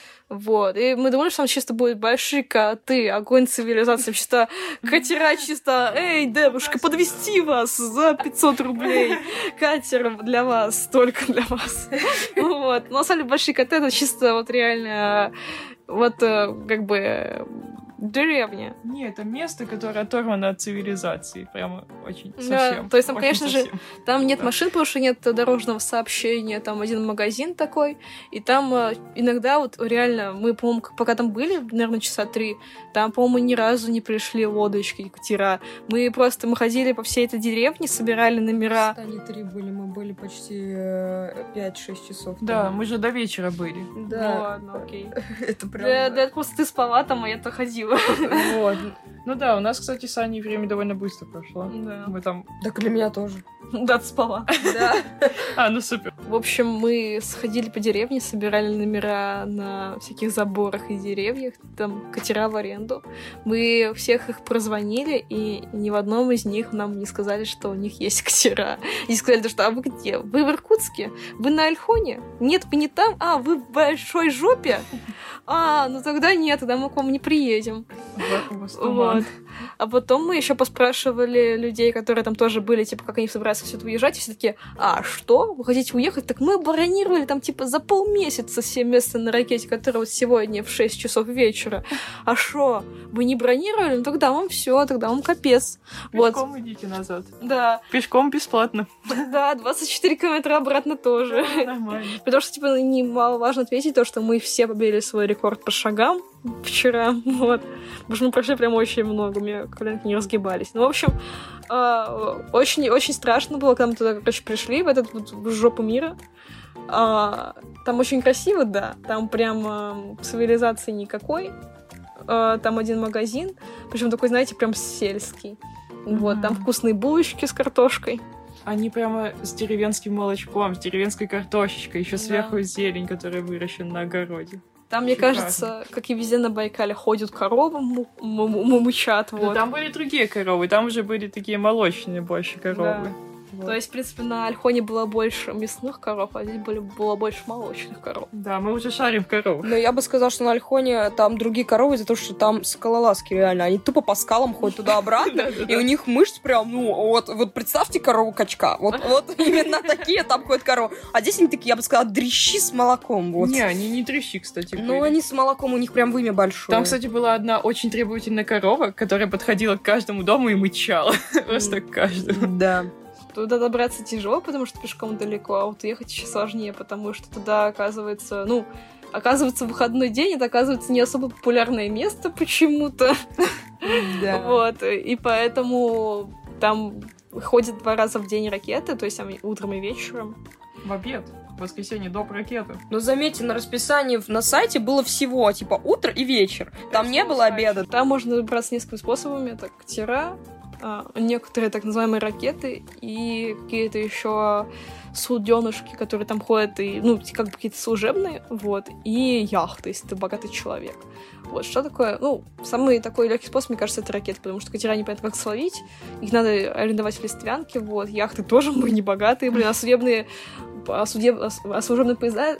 Вот. И мы думали, что там чисто будут Большие Коты, огонь цивилизации, чисто катера, чисто, эй, девушка, подвезти вас за 500 рублей. Катер для вас, только для вас. Вот. Но на самом деле Большие Коты — это чисто вот реально вот как бы деревня. Нет, это место, которое оторвано от цивилизации. Прямо очень совсем. Да, то есть там, конечно же, там нет машин, потому что нет дорожного сообщения, там один магазин такой, и там иногда вот реально, мы, по-моему, пока там были, наверное, часа 3, там, по-моему, ни разу не пришли лодочки, катера. Мы ходили по всей этой деревне, собирали номера. Не 3 были, мы были почти 5-6 часов. Да, мы же до вечера были. Да. Ну ладно, окей. Это прям... Да, просто ты спала там, а я-то ходила. Вот. Ну да, у нас, кстати, с Аней время довольно быстро прошло. Да. Мы там... Так для меня тоже. Да, ты спала. Да. Ну супер. В общем, мы сходили по деревне, собирали номера на всяких заборах и деревьях, там катера в аренду. Мы всех их прозвонили, и ни в одном из них нам не сказали, что у них есть катера. И сказали, что а вы где? Вы в Иркутске? Вы на Ольхоне? Нет, вы не там? А, вы в Большой Жопе? А, ну тогда нет, тогда мы к вам не приедем. Вот. А потом мы еще поспрашивали людей, которые там тоже были, типа, как они собираются все это уезжать, и все такие, а что? Вы хотите уехать? Так мы бронировали там, типа, за полмесяца все места на ракете, которая вот сегодня в 6 часов вечера. А что? Вы не бронировали? Ну тогда вам все, тогда вам капец. Пешком идите назад. Да. Пешком бесплатно. Да, 24 километра обратно тоже. Нормально. Потому что, типа, немаловажно ответить то, что мы все побили свой рекорд по шагам вчера, вот. Потому что мы прошли прям очень много, у меня коленки не разгибались. Ну, в общем, очень страшно было, когда мы туда, короче, пришли, в этот вот в жопу мира. Там очень красиво, да, там прям цивилизации никакой. там один магазин, причем такой, знаете, прям сельский. Вот, там вкусные булочки с картошкой. Они прямо с деревенским молочком, с деревенской картошечкой, еще сверху зелень, которая выращена на огороде. Там, мне кажется, как и везде на Байкале, ходят коровы, мычат. Вот. Но там были другие коровы, там уже были такие молочные больше коровы. Да. Вот. То есть, в принципе, на Ольхоне было больше мясных коров, а здесь было больше молочных коров. Да, мы уже шарим в коровах. Но я бы сказала, что на Ольхоне там другие коровы из-за того, что там скалолазки реально. Они тупо по скалам ходят туда-обратно, и у них мышц прям, вот представьте корову-качка. Вот именно такие там ходят коровы. А здесь они такие, я бы сказала, дрищи с молоком. Не, они не дрищи, кстати. Ну, они с молоком, у них прям вымя большое. Там, кстати, была одна очень требовательная корова, которая подходила к каждому дому и мычала. Просто к каждому. Да. Туда добраться тяжело, потому что пешком далеко, а вот уехать еще сложнее, потому что туда, оказывается, выходной день, это, оказывается, не особо популярное место почему-то. Да. Вот, и поэтому там ходят 2 раза в день ракеты, то есть там утром и вечером. В обед. В воскресенье доп. Ракеты. Но заметьте, на расписании на сайте было всего, типа, утро и вечер. Там не было обеда. Там можно добраться несколькими способами. Это катера, некоторые так называемые ракеты и какие-то еще суденышки, которые там ходят, и, как бы какие-то служебные, вот, и яхты, если ты богатый человек. Вот, что такое? Самый такой легкий способ, мне кажется, это ракеты, потому что катера непонятно как словить, их надо арендовать в Листвянке, вот, яхты тоже мы не богатые, блин, служебные поезда...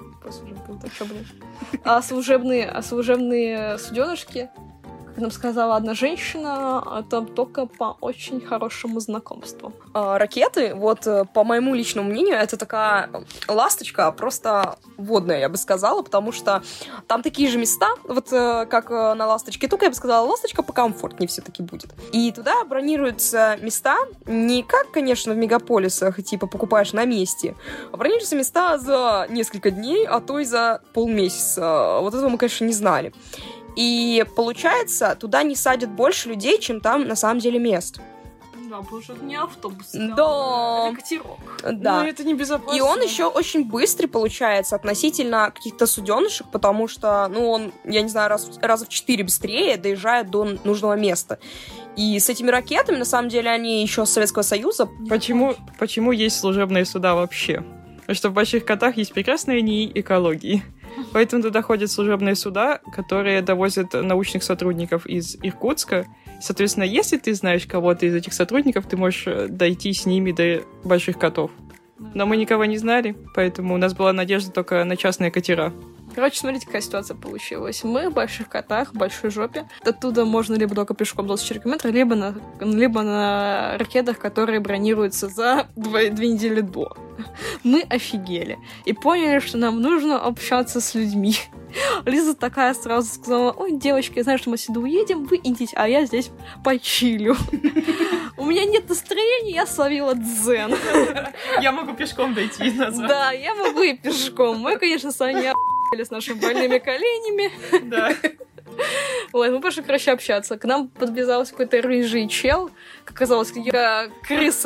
служебные суденышки, как нам сказала одна женщина, это только по очень хорошему знакомству. Ракеты, вот по моему личному мнению, это такая ласточка, просто водная, я бы сказала, потому что там такие же места, вот как на ласточке, только я бы сказала, ласточка покомфортнее все-таки будет. И туда бронируются места не как, конечно, в мегаполисах, типа покупаешь на месте, а бронируются места за несколько дней, а то и за полмесяца. Вот этого мы, конечно, не знали. И получается, туда не садят больше людей, чем там на самом деле мест. Да, потому что это не автобус. Да. Это катерок. Да. Ну, это небезопасно. И он еще очень быстрый получается относительно каких-то суденышек, потому что, он, я не знаю, раза в 4 быстрее доезжает до нужного места. И с этими ракетами, на самом деле, они еще с Советского Союза. Почему есть служебные суда вообще? Потому что в Больших Котах есть прекрасная НИИ экологии. Поэтому туда ходят служебные суда, которые довозят научных сотрудников из Иркутска. Соответственно, если ты знаешь кого-то из этих сотрудников, ты можешь дойти с ними до Больших Котов. Но мы никого не знали, поэтому у нас была надежда только на частные катера. Короче, смотрите, какая ситуация получилась. Мы в Больших Котах, в Большой Жопе. Оттуда можно либо только пешком 24 километра, либо на ракетах, которые бронируются за 2 недели до. Мы офигели. И поняли, что нам нужно общаться с людьми. Лиза такая сразу сказала: ой, девочки, я знаю, что мы сюда уедем, вы идите, а я здесь почилю. У меня нет настроения, я словила дзен. Я могу пешком дойти назад. Да, я могу и пешком. Мы, конечно, с вами с нашими больными коленями. Да. Вот, мы пошли, общаться. К нам подвязался какой-то рыжий чел. Как оказалось, рыжая крыса,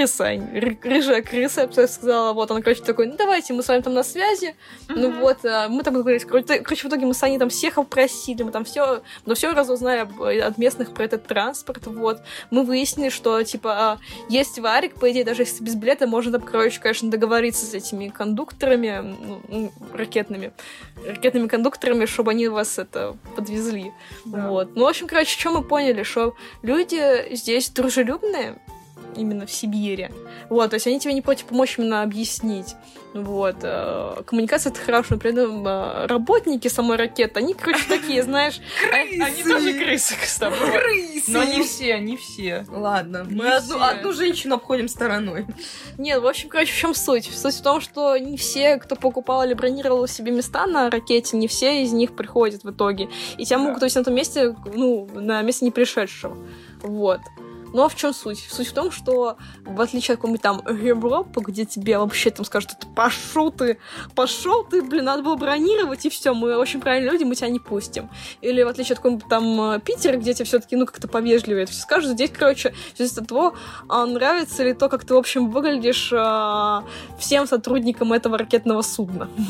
я бы сказала. Вот, он, такой: давайте, мы с вами там на связи. Мы там договорились. В итоге мы с Аней там всех опросили, мы все разузнали от местных про этот транспорт. Вот. Мы выяснили, что, есть варик, по идее, даже если без билета, можно там, конечно, договориться с этими кондукторами, ракетными кондукторами, чтобы они вас подвезли. Да. Вот. В общем, что мы поняли, что люди здесь дружелюбные, именно в Сибири. Вот, то есть они тебе не против помочь именно объяснить. Вот. Коммуникация — это хорошо, но при этом работники самой ракеты, они, такие, знаешь... Они тоже крысы, кстати. Крысы! Но не все. Ладно, мы одну женщину обходим стороной. Нет, в общем, в чем суть? Суть в том, что не все, кто покупал или бронировал себе места на ракете, не все из них приходят в итоге. И тебя могут, на том месте, на месте не пришедшего. Вот. Ну, а в чем суть? Суть в том, что в отличие от какой-нибудь там Европы, где тебе вообще там скажут: пошел ты, надо было бронировать, и все, мы очень правильные люди, мы тебя не пустим. Или в отличие от какого-нибудь там Питера, где тебе все-таки, как-то повежливее это все скажут, здесь, все зависит от того, нравится ли то, как ты, в общем, выглядишь всем сотрудникам этого ракетного судна. Да.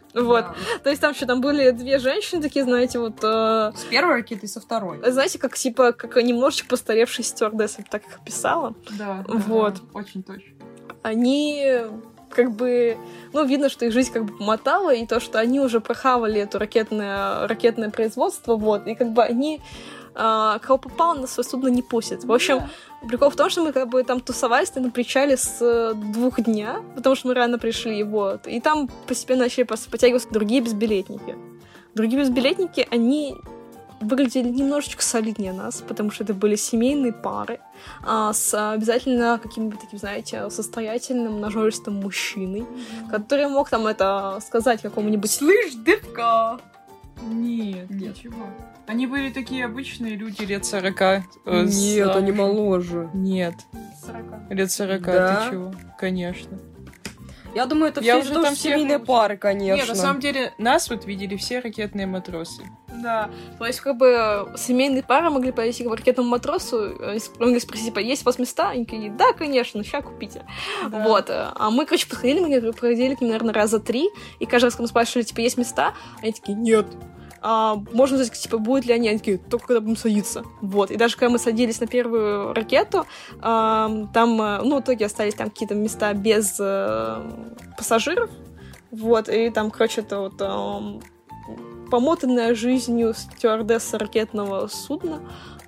Вот. Да. То есть там еще там были две женщины такие, знаете, вот... С первой ракеты и со второй. Знаете, как типа, как немножечко постаревшие стюардессы, я бы так их описала. Да, Вот. да, очень точно. Они как бы... Ну, видно, что их жизнь как бы помотала, и то, что они уже прохавали это ракетное производство, вот, и как бы они... кого попало на свое судно не пустят. В общем, прикол в том, что мы как бы там тусовались на причале с 2 дня, потому что мы рано пришли, вот. И там постепенно начали просто подтягиваться другие безбилетники. Другие безбилетники, они выглядели немножечко солиднее нас, потому что это были семейные пары с обязательно каким-нибудь таким, знаете, состоятельным, нажористым мужчиной, который мог там это сказать какому-нибудь... Слышь, девка! Нет, ничего. Они были такие обычные люди лет 40. Нет, они моложе. Нет. 40. Лет 40, Да? ты чего? Конечно. Я думаю, это Я все уже тоже там всех семейные пары, конечно. Нет, на самом деле, нас вот видели все ракетные матросы. Да, то есть как бы семейные пары могли подойти к ракетному матросу, могли спросить, типа, есть у вас места? Они такие, да, конечно, ща купите. Да. Вот. А мы, короче, подходили, мы проходили к ним, наверное, раза 3, и каждый раз, когда мы спрашивали, типа, есть места? Они такие, нет. Можно узнать, типа, будут ли они такие, только когда будем садиться. Вот. И даже когда мы садились на первую ракету, там, ну, в итоге остались там какие-то места без пассажиров. Вот. И там, короче, это вот помотанная жизнью стюардесса ракетного судна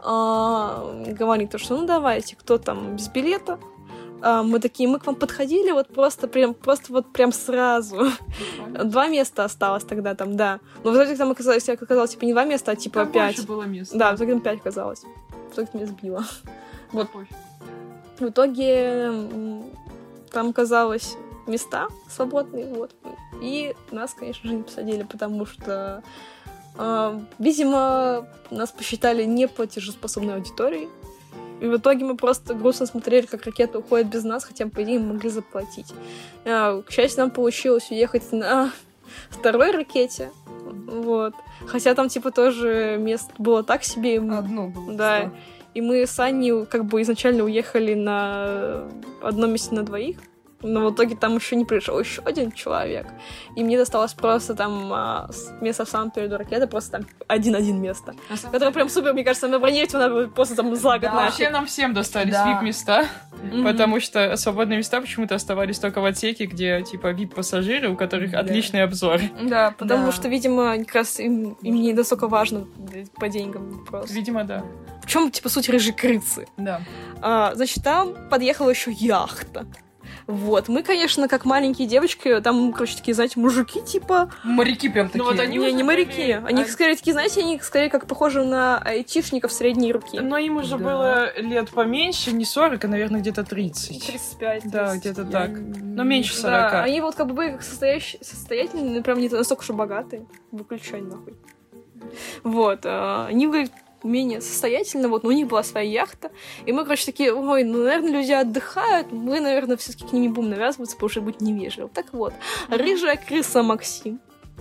говорит, что ну давайте, кто там без билета. Мы такие, мы к вам подходили вот просто прям сразу. 2 места осталось тогда там, да. Но в итоге там оказалось типа не 2 места, а типа Там 5. больше было мест. Да, в итоге там 5 оказалось. В итоге меня сбило. Вот. Пофиг. В итоге там оказалось места свободные, вот. И нас, конечно же, не посадили, потому что, видимо, нас посчитали неплатежеспособной аудиторией. И в итоге мы просто грустно смотрели, как ракета уходит без нас, хотя, по идее, мы могли заплатить. К счастью, нам получилось уехать на 2-й ракете. Вот. Хотя там, типа, тоже место было так себе. Одно было. Да. всё. И мы с Аней как бы изначально уехали на одном месте на 2. Но в итоге там еще не пришел еще один человек. И мне досталось просто там место в самом переду ракеты, просто там один место. Которое прям супер, мне кажется, на бронировать надо просто там за год Да. нафиг. Вообще нам всем достались Да. VIP-места, Мгм. потому что свободные места почему-то оставались только в отсеке, где, типа, VIP-пассажиры, у которых Да. отличный обзор. Да, потому Да. что, видимо, как раз им не настолько важно по деньгам вопрос. Видимо, да. В чем, типа, суть рыжей крысы? Да. Значит, там подъехала еще яхта. Вот. Мы, конечно, как маленькие девочки, там, короче, такие, знаете, мужики, типа... Моряки прям такие. вот они- Не, уже не моряки. были- Они, скорее, такие, знаете, они, скорее, как похожи на айтишников средней руки. Но им уже Да. было лет поменьше, не 40, а, наверное, где-то 30. 35. Да, 30. где-то так. Но меньше 40. Да, они вот как бы были как состоятельные, но прям не настолько уж и богатые. Выключай нахуй. Вот. Они были менее состоятельны, вот, но у них была своя яхта. И мы, короче, такие, ой, ну, наверное, люди отдыхают, мы, наверное, все-таки к ним не будем навязываться, потому что будет невежливо. Так вот, рыжая крыса Максим,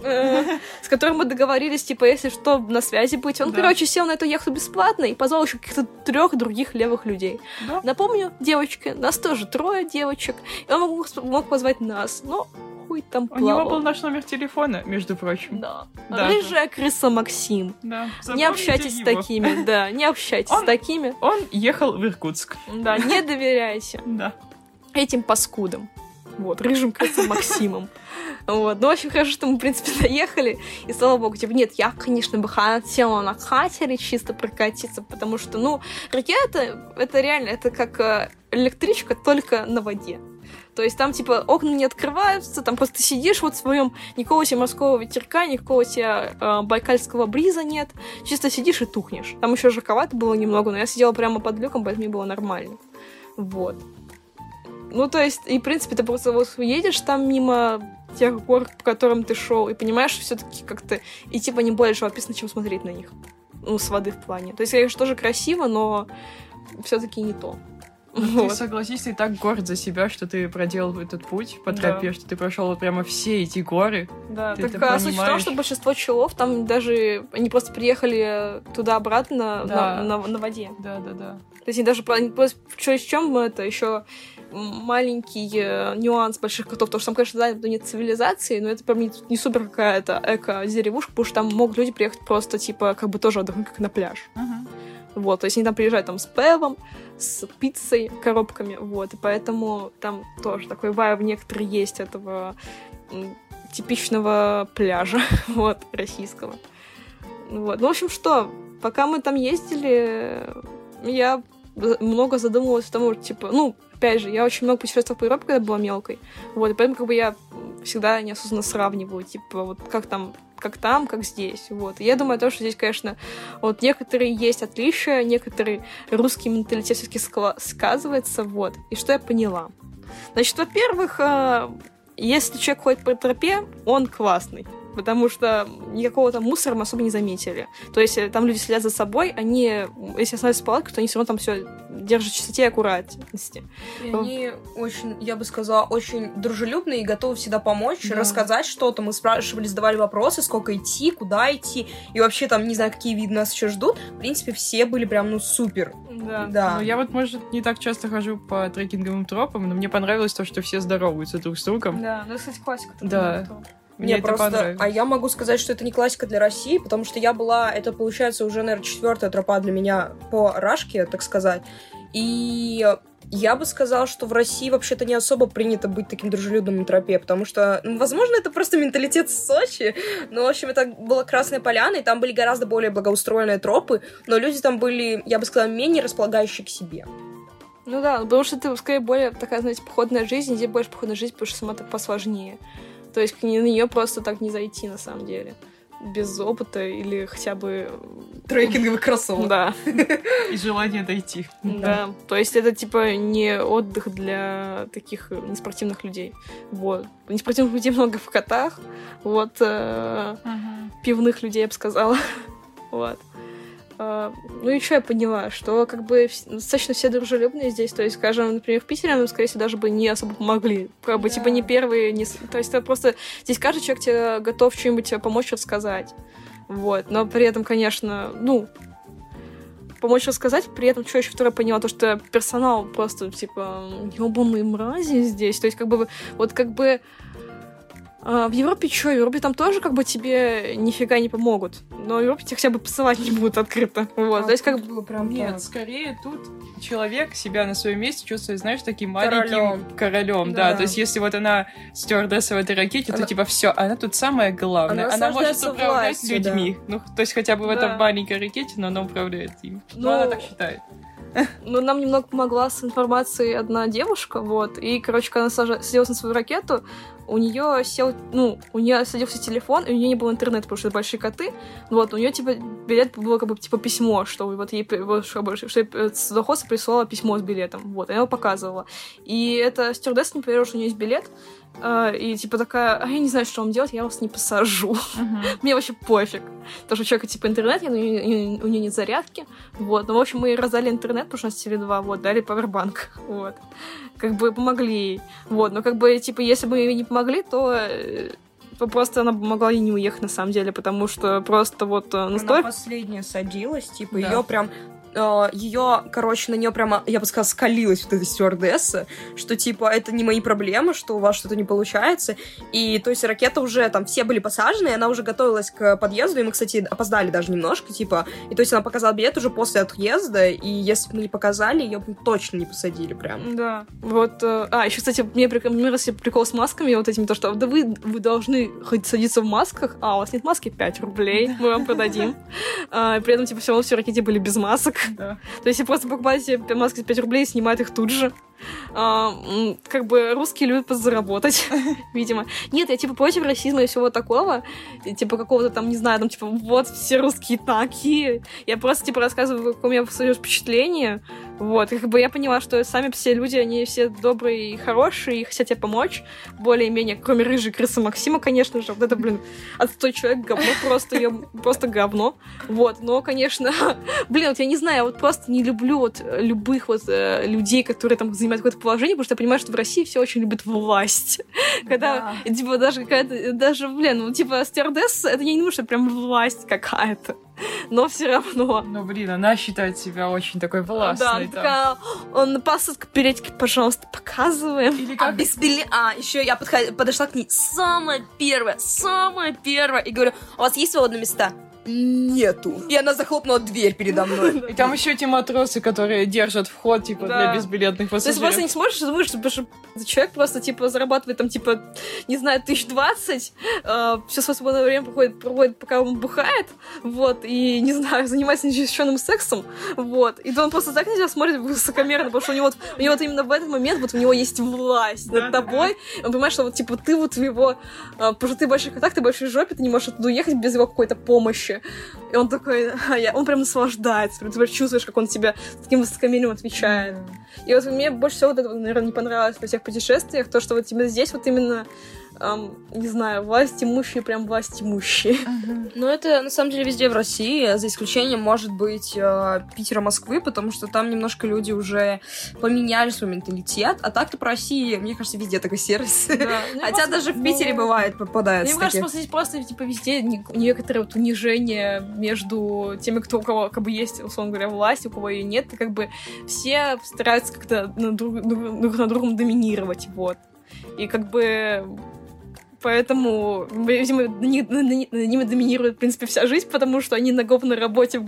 с которым мы договорились, типа, если что, на связи быть. Он, Да. короче, сел на эту яхту бесплатно и позвал еще каких-то 3 других левых людей. Да. Напомню, девочки, нас тоже 3 девочек, и он мог позвать нас, но хуй там У него был плавал. наш номер телефона, между прочим. Да. Да. Рыжая крыса Максим. Да. Не Запомните общайтесь с его. такими, да, не общайтесь Он- с такими. Он ехал в Иркутск. Да, не доверяйте Да. этим паскудам. Вот, рыжим крысам Максимом. Вот. Ну, в общем, хорошо, что мы, в принципе, доехали. И, слава богу, типа, нет, я, конечно, бы хотела на катере чисто прокатиться, потому что, ну, ракета, это реально, это как электричка, только на воде. То есть там, типа, окна не открываются, там просто ты сидишь вот в своем, никакого тебе морского ветерка, никакого тебе байкальского бриза нет. Чисто сидишь и тухнешь. Там еще жарковато было немного, но я сидела прямо под люком, поэтому мне было нормально. Вот. Ну, то есть, и, в принципе, ты просто вот едешь там мимо тех гор, по которым ты шел, и понимаешь, что все-таки как-то идти по ним более живописно, чем смотреть на них. Ну, с воды в плане. То есть, конечно, тоже красиво, но все-таки не то. Ты Вот. согласись, ты так горд за себя, что ты проделал этот путь по Да. тропе, что ты прошел вот прямо все эти горы. Да, Ты так это суть в том, понимаешь? что большинство челов там даже они просто приехали туда-обратно Да. на воде. Да. То есть они даже они просто в чем это еще маленький нюанс больших котов, потому что там, конечно, да, нет цивилизации, но это прям не супер какая-то эко-деревушка, потому что там могут люди приехать просто, типа, как бы тоже отдохнуть, как на пляж. Вот, то есть они там приезжают там с пивом, с пиццей, коробками, вот, и поэтому там тоже такой вайб некоторый есть этого типичного пляжа, вот, российского. Вот. Ну, в общем, что, пока мы там ездили, я много задумывалась о том, типа, ну, опять же, я очень много путешествовала по Европе, когда была мелкой, вот, и поэтому как бы я всегда неосознанно сравниваю, типа, вот как там, как здесь, вот. И я думаю, то, что здесь, конечно, вот некоторые есть отличия, некоторый русский менталитет все-таки сказывается, вот. И что я поняла? Значит, во-первых, если человек ходит по тропе, он классный, потому что никакого там мусора мы особо не заметили. То есть там люди следят за собой, они, если остановятся в палатке, то они все равно там все держат в чистоте и аккуратности. И они очень, я бы сказала, очень дружелюбные и готовы всегда помочь, рассказать что-то. Мы спрашивали, задавали вопросы, сколько идти, куда идти, и вообще там, не знаю, какие виды нас еще ждут. В принципе, все были прям, ну, супер. Да. Ну, я вот, может, не так часто хожу по трекинговым тропам, но мне понравилось то, что все здороваются друг с другом. Да, ну, кстати, классика. Да. Мне это просто... понравилось. А я могу сказать, что это не классика для России, потому что я была... Это, получается, уже, наверное, 4-я тропа для меня по Рашке, так сказать. И я бы сказала, что в России вообще-то не особо принято быть таким дружелюбным на тропе, потому что, ну, возможно, это просто менталитет Сочи, но, в общем, это была Красная Поляна, и там были гораздо более благоустроенные тропы, но люди там были, я бы сказала, менее располагающие к себе. Ну да, потому что это, скорее, более такая, знаете, походная жизнь, здесь больше походная жизнь, потому что сама так посложнее. То есть на нее просто так не зайти, на самом деле. Без опыта или хотя бы... Трекинговых кроссовок. Да. И желание дойти. Да. То есть это, типа, не отдых для таких неспортивных людей. Вот. Неспортивных людей много в Котах. Вот. Пивных людей, я бы сказала. Вот. Ну и что я поняла, что как бы достаточно все дружелюбные здесь, то есть, скажем, например, в Питере нам, скорее всего, даже бы не особо помогли, как бы, типа, не первые, не... то есть это просто, здесь каждый человек тебе готов что-нибудь тебе помочь рассказать, вот, но при этом, конечно, ну, помочь рассказать, при этом, что еще второе поняла, то, что персонал просто, типа, ёбаные мрази здесь, то есть, как бы, вот, как бы, в Европе что? В Европе там тоже как бы тебе нифига не помогут. Но в Европе тебя хотя бы посылать не будут открыто. Вот. То есть как бы... Прям нет, так. Скорее тут человек себя на своем месте чувствует, знаешь, таким маленьким королем. Да. То есть если вот она стюардесса в этой ракете, то типа все, она тут самая главная. Она может управлять людьми. Да. Ну, то есть хотя бы в этой маленькой ракете, но она управляет им. Ну, она так считает. Ну, нам немного помогла с информацией одна девушка, вот, и, короче, когда она садилась на свою ракету, у нее садился телефон, и у нее не было интернета, потому что это большие коты, вот, у нее, типа, билет было, как бы, типа, письмо, что вот ей, что судоходство прислала письмо с билетом, вот, она его показывала, и эта стюардесса не поверила, что у нее есть билет, и типа такая, я не знаю, что вам делать, я вас не посажу. Мне вообще пофиг. Потому что у человека типа интернет, у нее нет зарядки. Вот. Ну, в общем, мы раздали интернет, потому что у нас Теле2, вот, дали павербанк. Вот. Как бы помогли ей. Вот. Но как бы, типа, если бы ей не помогли, то просто она могла и не уехать, на самом деле, потому что просто вот настолько... Она последняя садилась, типа, ее прям... Ее, короче, на нее прямо, я бы сказала, скалилась вот эта стюардесса, что, типа, это не мои проблемы, что у вас что-то не получается. И, то есть, ракета уже, там, все были посажены, и она уже готовилась к подъезду, и мы, кстати, опоздали даже немножко, типа, и, то есть, она показала билет уже после отъезда, и если бы мы не показали, ее бы точно не посадили прям. Да. Вот, еще, кстати, мне прикол с масками, вот этими, то, что, да вы должны хоть садиться в масках, а у вас нет маски, 5 рублей, мы вам продадим. При этом, типа, все равно все ракеты были без масок. Да. То есть, если просто покупаете маски за 5 рублей и снимают их тут же. Как бы русские любят подзаработать, видимо. Нет, я типа против расизма и всего такого. Типа какого-то там, не знаю, там типа вот все русские такие. Я просто типа рассказываю, какое у меня впечатление. Вот, и как бы я поняла, что сами все люди, они все добрые и хорошие, и хотят тебе помочь. Более-менее, кроме рыжей крысы Максима, конечно же. Вот это, блин, отстой человек, говно просто, я просто говно. Вот, но, конечно, блин, вот я не знаю, я вот просто не люблю вот любых вот людей, которые там занимаются занимать какое-то положение, потому что я понимаю, что в России все очень любят власть. Когда, типа, даже какая-то, ну, типа, стюардесса, это не думаю, что прям власть какая-то. Но все равно. Ну, блин, она считает себя очень такой властной. Да, такая, он посадка билетики, пожалуйста, показываем. Или как... без билета. Еще я подошла к ней самая первая, и говорю, у вас есть свободные места? Нету. И она захлопнула дверь передо мной. И там еще эти матросы, которые держат вход, типа, для безбилетных пассажиров. То есть просто не смотришь и думаешь, что человек просто, типа, зарабатывает там, типа, не знаю, 1020, все свое свободное время проводит, пока он бухает, вот, и, не знаю, занимается незащищенным сексом, вот. И то он просто так на тебя смотрит высокомерно, потому что у него вот именно в этот момент вот у него есть власть над тобой. Он понимает, что вот, типа, ты вот его... Потому что ты большой контакт, ты большой жопе, ты не можешь оттуда уехать без его какой-то помощи. И он такой, он прям наслаждается, ты чувствуешь, как он тебе с таким высокомерием отвечает. И вот мне больше всего вот это, наверное, не понравилось во всех путешествиях, то, что вот именно здесь вот именно, не знаю, власть имущие, прям власть имущие. Но это, на самом деле, везде в России, за исключением, может быть, Питера, Москвы, потому что там немножко люди уже поменяли свой менталитет, а так-то по России, мне кажется, везде такой сервис. Да. Хотя даже в Питере бывает, попадается. Мне кажется, здесь просто, типа, везде некоторое вот унижение между теми, у кого, как бы, есть, условно говоря, власть, у кого ее нет, и, как бы, все стараются как-то друг на другом доминировать, вот. И, как бы... Поэтому, видимо, ними доминирует, в принципе, вся жизнь, потому что они на говной работе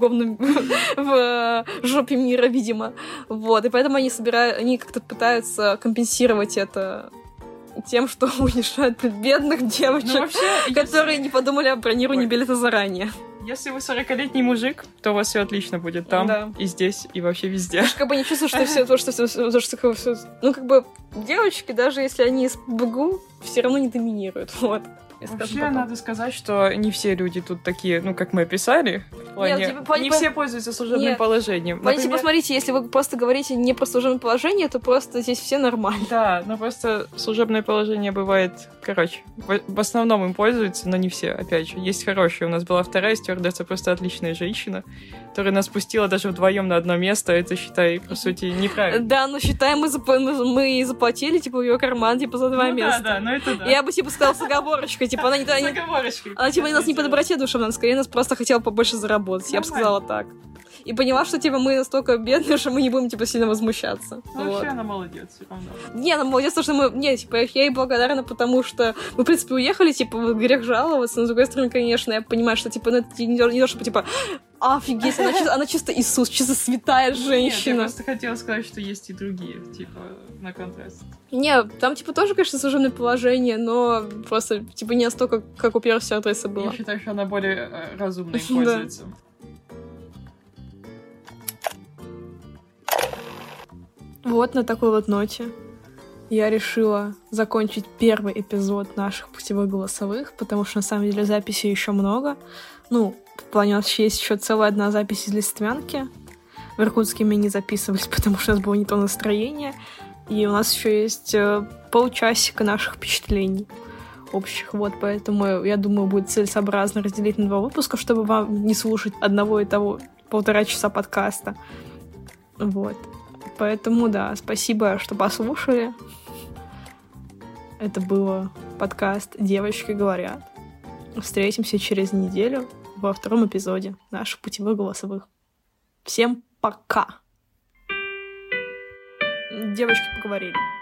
в жопе мира, видимо. Вот. И поэтому они как-то пытаются компенсировать это тем, что унижают бедных девочек, которые не подумали о бронировании билета заранее. Если вы 40-летний мужик, то у вас все отлично будет там, и здесь, и вообще везде. Как бы не чувствуешь, что все то, что... Ну, как бы, девочки, даже если они из БГУ, все равно не доминируют, вот. Вообще, надо сказать, что не все люди тут такие, ну, как мы описали, в плане... Не все пользуются служебным положением. Например... Посмотрите, если вы просто говорите не про служебное положение, то просто здесь все нормально. Да, но просто служебное положение бывает... Короче, в основном им пользуются, но не все, опять же. Есть хорошие. У нас была вторая стюардесса, просто отличная женщина, которая нас пустила даже вдвоем на одно место. Это, считай, по сути, неправильно. Да, но считай, мы заплатили, типа, в ее карман, типа, за 2 места. Да, ну это да. Я бы, типа, сказала с оговорочкой, типа, она типа, нас не по доброте душевной, она скорее нас просто хотела побольше заработать. Я бы сказала так. И поняла, что, типа, мы настолько бедные, что мы не будем, типа, сильно возмущаться. Ну, вообще она молодец, все равно. Не, она молодец, потому что мы... Не, типа, я ей благодарна, потому что мы, в принципе, уехали, типа, грех жаловаться, но, с другой стороны, конечно, я понимаю, что, типа, ну, это не то, что, типа, офигеть, она чисто Иисус, чисто святая женщина. Нет, я просто хотела сказать, что есть и другие, типа, на контраст. Не, там, типа, тоже, конечно, служебное положение, но просто, типа, не настолько, как у первой стюардессы было. Я считаю, что она более разумной пользуется. Вот на такой вот ноте я решила закончить первый эпизод наших путевых голосовых, потому что, на самом деле, записей еще много. Ну, в плане у нас есть еще целая одна запись из Листвянки. В Иркутске мы не записывались, потому что у нас было не то настроение. И у нас еще есть полчасика наших впечатлений общих. Вот, поэтому, я думаю, будет целесообразно разделить на 2 выпуска, чтобы вам не слушать одного и того 1,5 часа подкаста. Вот. Поэтому, да, спасибо, что послушали. Это был подкаст «Девочки говорят». Встретимся через неделю во 2 эпизоде наших путевых голосовых. Всем пока! Девочки поговорили.